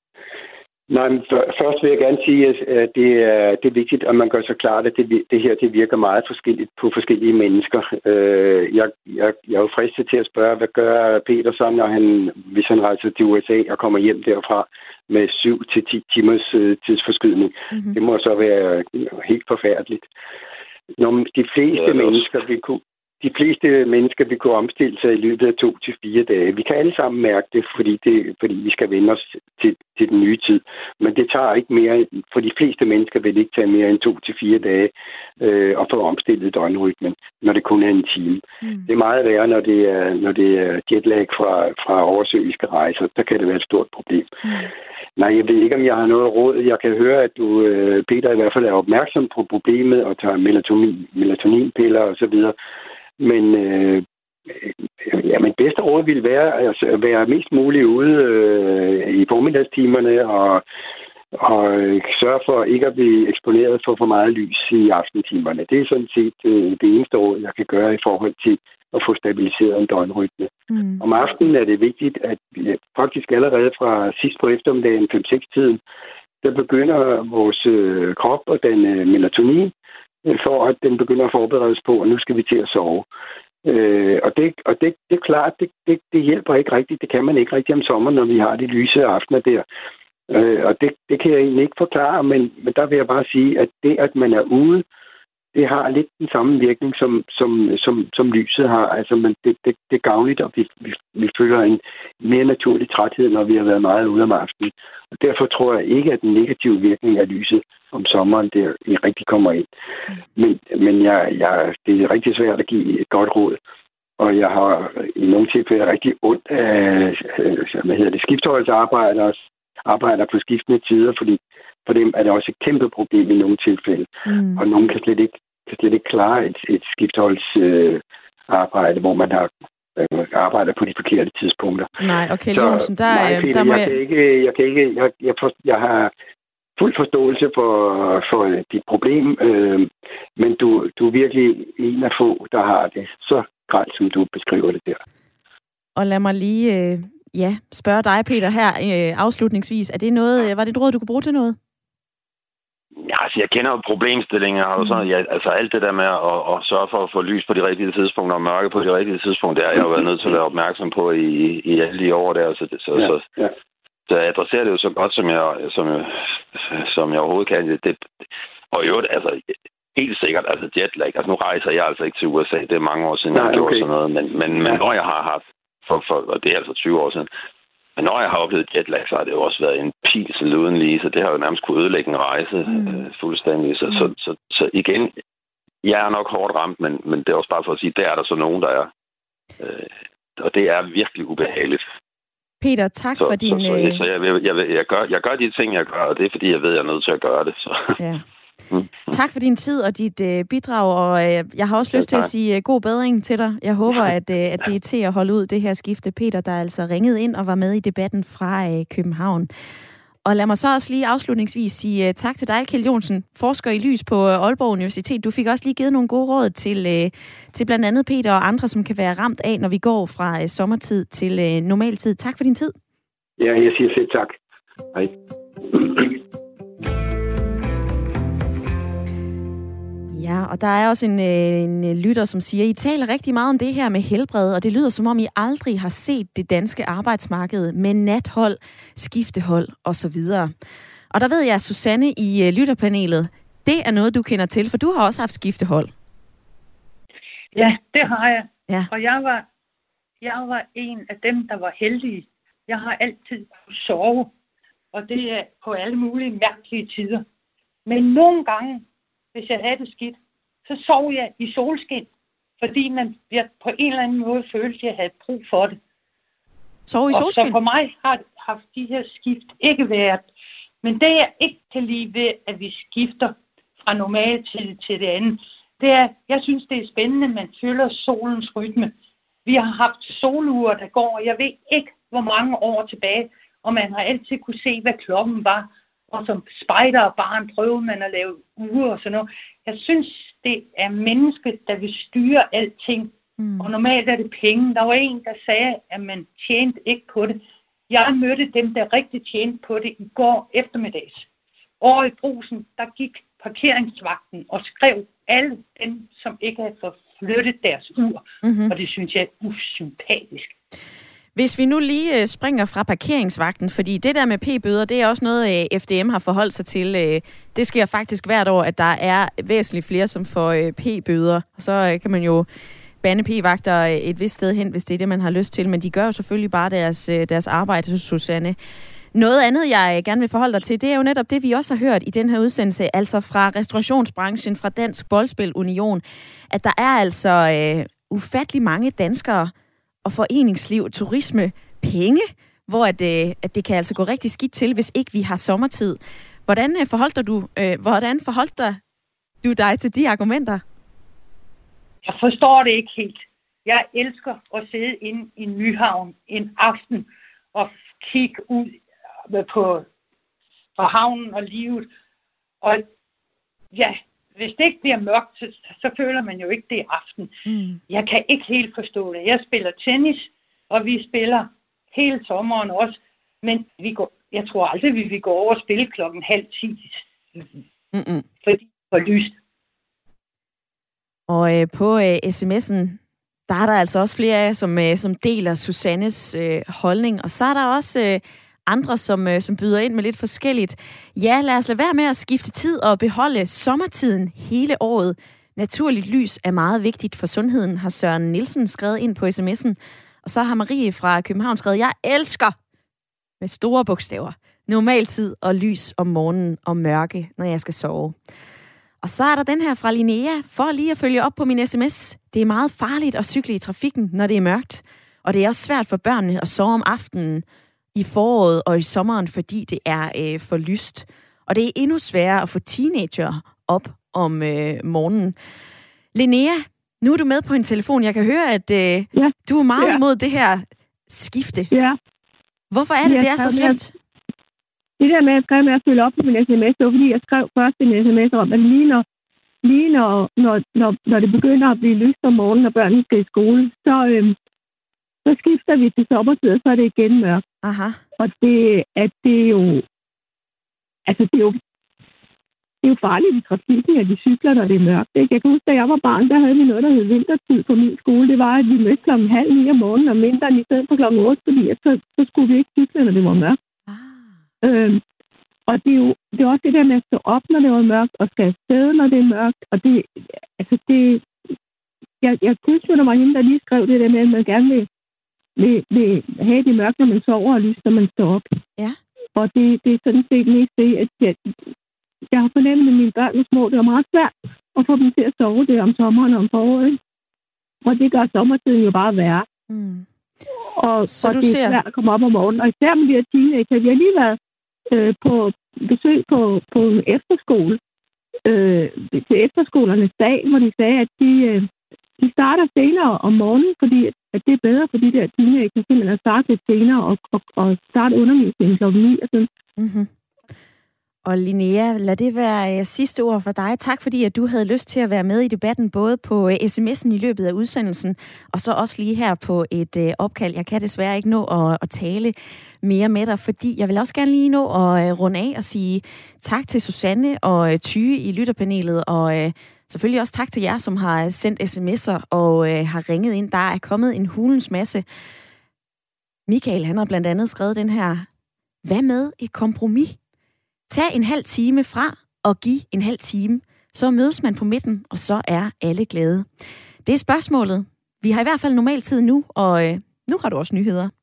Nej, men først vil jeg gerne sige, at det er, det er vigtigt, at man gør sig klart, at det, det her det virker meget forskelligt på forskellige mennesker. Jeg, jeg, jeg er jo fristet til at spørge, hvad gør Peter så, når han, hvis han rejser til U S A og kommer hjem derfra med syv til ti timers tidsforskydning. Mm-hmm. Det må så være helt forfærdeligt. Når de fleste ja, mennesker vil kunne... De fleste mennesker vil kunne omstille sig i løbet af to til fire dage. Vi kan alle sammen mærke det, fordi, det, fordi vi skal vende os til, til den nye tid. Men det tager ikke mere, for de fleste mennesker vil det ikke tage mere end to til fire dage øh, at få omstillet døgnrytmen, når det kun er en time. Mm. Det er meget værre, når det er, når det er jetlag fra, fra oversøiske rejser. Der kan det være et stort problem. Mm. Nej, jeg ved ikke, om jeg har noget råd. Jeg kan høre, at du, Peter, i hvert fald er opmærksom på problemet og tager melatonin, melatoninpiller osv., Men øh, ja, men bedste råd ville være altså, at være mest muligt ude øh, i formiddagstimerne og, og sørge for ikke at blive eksponeret for for meget lys i aftentimerne. Det er sådan set øh, det eneste råd, jeg kan gøre i forhold til at få stabiliseret en døgnrytme. Mm. Om aftenen er det vigtigt, at ja, faktisk allerede fra sidst på eftermiddagen, fem seks tiden, der begynder vores øh, krop at danne melatonin, for at den begynder at forberede sig på, og nu skal vi til at sove. Øh, og det, og det, det er klart, det, det, det hjælper ikke rigtigt. Det kan man ikke rigtigt om sommeren, når vi har de lyse aftener der. Øh, og det, det kan jeg egentlig ikke forklare, men, men der vil jeg bare sige, at det, at man er ude, det har lidt den samme virkning, som, som, som, som lyset har. Altså, men det, det, det er gavnligt, og vi, vi, vi føler en mere naturlig træthed, når vi har været meget ude om aftenen. Og derfor tror jeg ikke, at den negative virkning af lyset om sommeren, det rigtig kommer ind. Men, men jeg, jeg, det er rigtig svært at give et godt råd. Og jeg har i nogle tilfælde rigtig ondt af hvad hedder det, skifteholdsarbejdere, arbejder på skiftende tider, fordi for dem er det også et kæmpe problem i nogle tilfælde. Mm. Og nogen kan slet ikke, kan slet ikke klare et, et skifteholdsarbejde, øh, hvor man har øh, arbejder på de forkerte tidspunkter. Nej, okay, Johnsen, der, nej, Peter, der må jeg... jeg... Kan ikke, jeg kan ikke, jeg, jeg, for, jeg har fuld forståelse for, for dit problem, øh, men du, du er virkelig en af få, der har det så grelt, som du beskriver det der. Og lad mig lige... Øh... Ja, spørger dig, Peter, her øh, afslutningsvis. Er det noget, var det et råd, du kunne bruge til noget? Ja, altså, jeg kender jo problemstillinger, og så, ja, altså alt det der med at, at sørge for at få lys på de rigtige tidspunkter og mørke på de rigtige tidspunkter, det har jeg jo været nødt til at være opmærksom på i, i alle de år der. Så, så, ja, så, ja. så jeg adresserer det jo så godt, som jeg, som jeg, som jeg overhovedet kan. Det, og jo, altså, helt sikkert, altså jetlag. Altså nu rejser jeg altså ikke til U S A. Det er mange år siden, jeg har gjort sådan noget. Men, men, men når jeg har haft, for, for, og det er altså tyve år siden, men når jeg har oplevet jetlag, så har det jo også været en pil uden lige, så det har jo nærmest kunne ødelægge en rejse mm. øh, fuldstændig. Så, mm. så, så, så igen, jeg er nok hårdt ramt, men, men det er også bare for at sige, der er der så nogen, der er. Øh, og det er virkelig ubehageligt. Peter, tak så, for din... Så, så, så jeg, jeg, jeg, jeg, gør, jeg gør de ting, jeg gør, og det er, fordi jeg ved, at jeg er nødt til at gøre det. Så. Ja. Mm. Tak for din tid og dit øh, bidrag, og øh, jeg har også lyst ja, til at sige øh, god bedring til dig. Jeg håber, at, øh, at det er til at holde ud det her skifte. Peter, der altså ringede ind og var med i debatten fra øh, København. Og lad mig så også lige afslutningsvis sige uh, tak til dig, Kjeld Johnsen, forsker i lys på uh, Aalborg Universitet. Du fik også lige givet nogle gode råd til, uh, til blandt andet Peter og andre, som kan være ramt af, når vi går fra uh, sommertid til uh, normaltid. Tak for din tid. Ja, jeg siger selv tak. Hej. Ja, og der er også en, en lytter, som siger, I taler rigtig meget om det her med helbred, og det lyder som om, I aldrig har set det danske arbejdsmarked med nathold, skiftehold osv. Og der ved jeg, Susanne i lytterpanelet, det er noget, du kender til, for du har også haft skiftehold. Ja, det har jeg. Ja. Og jeg var, jeg var en af dem, der var heldige. Jeg har altid kunnet sove, og det er på alle mulige mærkelige tider. Men nogle gange, hvis jeg havde det skidt, så sov jeg i solskin, fordi man jeg på en eller anden måde følte, at jeg havde brug for det. Sov i solskin? Og så for mig har haft de her skift ikke været. Men det, jeg ikke kan lide ved, at vi skifter fra normal tid til det andet, det er, jeg synes, det er spændende, at man følger solens rytme. Vi har haft soluger, der går, og jeg ved ikke, hvor mange år tilbage, og man har altid kunne se, hvad klokken var. Og som spejder og barn prøver man at lave uger og sådan noget. Jeg synes, det er mennesket, der vil styre alting. Mm. Og normalt er det penge. Der var en, der sagde, at man tjente ikke på det. Jeg mødte dem, der rigtig tjente på det i går eftermiddags. Over i Brugsen, der gik parkeringsvagten og skrev alle dem, som ikke havde fået flyttet deres ur. Mm-hmm. Og det synes jeg er usympatisk. Hvis vi nu lige springer fra parkeringsvagten, fordi det der med p-bøder, det er også noget, F D M har forholdt sig til. Det sker faktisk hvert år, at der er væsentligt flere, som får p-bøder. Så kan man jo bande p-vagter et vist sted hen, hvis det er det, man har lyst til. Men de gør jo selvfølgelig bare deres, deres arbejde, Susanne. Noget andet, jeg gerne vil forholde dig til, det er jo netop det, vi også har hørt i den her udsendelse, altså fra restaurationsbranchen, fra Dansk Boldspil Union, at der er altså øh, ufattelig mange danskere, og foreningsliv, turisme, penge, hvor at, øh, at det kan altså gå rigtig skidt til, hvis ikke vi har sommertid. Hvordan øh, forholdt du, øh, hvordan forholdt dig, du dig til de argumenter? Jeg forstår det ikke helt. Jeg elsker at sidde inde i Nyhavn en aften og kigge ud på, på havnen og livet. Og ja, hvis det ikke bliver mørkt, så, så føler man jo ikke, det er aften. Mm. Jeg kan ikke helt forstå det. Jeg spiller tennis, og vi spiller hele sommeren også. Men vi går, jeg tror aldrig, vi vil gå over og spille klokken halv ti. Mm-mm. Fordi det var lyst. Og øh, på øh, sms'en, der er der altså også flere af jer, som, øh, som deler Susannes øh, holdning. Og så er der også øh, andre, som, øh, som byder ind med lidt forskelligt. Ja, lad os lade være med at skifte tid og beholde sommertiden hele året. Naturligt lys er meget vigtigt for sundheden, har Søren Nielsen skrevet ind på sms'en. Og så har Marie fra København skrevet, jeg elsker med store bogstaver normaltid og lys om morgenen og mørke, når jeg skal sove. Og så er der den her fra Linnea, for lige at følge op på min sms. Det er meget farligt at cykle i trafikken, når det er mørkt. Og det er også svært for børnene at sove om aftenen i foråret og i sommeren, fordi det er øh, for lyst. Og det er endnu sværere at få teenager op om øh, morgenen. Linnea, nu er du med på en telefon. Jeg kan høre, at øh, ja. du er meget ja. imod det her skifte. Ja. Hvorfor er det, ja, det er så slemt? Det der med, at jeg skrev med at følge op på min sms, det var fordi, jeg skrev først en sms om, at lige når, lige når, når, når, når det begynder at blive lyst om morgenen, når børnene skal i skole, så, øhm, så skifter vi til sommertid, og så er det igen mørkt. Aha. Og det, at det er jo... Altså, det er jo, det er jo farligt i trafikken, at de cykler, når det er mørkt. Ikke? Jeg kan huske, da jeg var barn, der havde vi noget, der hed vintertid på min skole. Det var, at vi mødte klokken halv ni om morgenen om vinteren i stedet for klokken otte, fordi så, så skulle vi ikke cykle, når det var mørkt. Øhm, og det er jo det er også det der med at stå op, når det er mørkt, og skal afsted, når det er mørkt. Og det, altså det, jeg, jeg synes jo, der var hende, der lige skrev det der med, at man gerne vil, vil, vil have det mørkt, når man sover, og lys, når man står op. Ja. Og det, det er sådan set mest det, at jeg, jeg har fornemmet, at mine børn er små. Det er meget svært at få dem til at sove det om sommeren og om foråret. Og det gør sommertiden jo bare værre. Mm. Og, så og du det er ser... svært at komme op om morgenen. Og især med de her teenager. Vi har lige været øh, på besøg på, på en efterskole. Øh, til efterskolernes dag, hvor de sagde, at de, øh, de starter senere om morgenen, fordi at det er bedre for de der teenager simpelthen at starte lidt senere og, og, og starte undervisningen klokken ni og sådan. Mm-hmm. Og Linnea, lad det være uh, sidste ord for dig. Tak fordi, at du havde lyst til at være med i debatten, både på uh, sms'en i løbet af udsendelsen, og så også lige her på et uh, opkald. Jeg kan desværre ikke nå at, at tale mere med dig, fordi jeg vil også gerne lige nå at uh, runde af og sige tak til Susanne og uh, Tyge i lytterpanelet, og uh, selvfølgelig også tak til jer, som har sendt sms'er og uh, har ringet ind. Der er kommet en hulens masse. Michael, han har blandt andet skrevet den her: hvad med et kompromis? Tag en halv time fra og giv en halv time. Så mødes man på midten, og så er alle glade. Det er spørgsmålet. Vi har i hvert fald normal tid nu, og øh, nu har du også nyheder.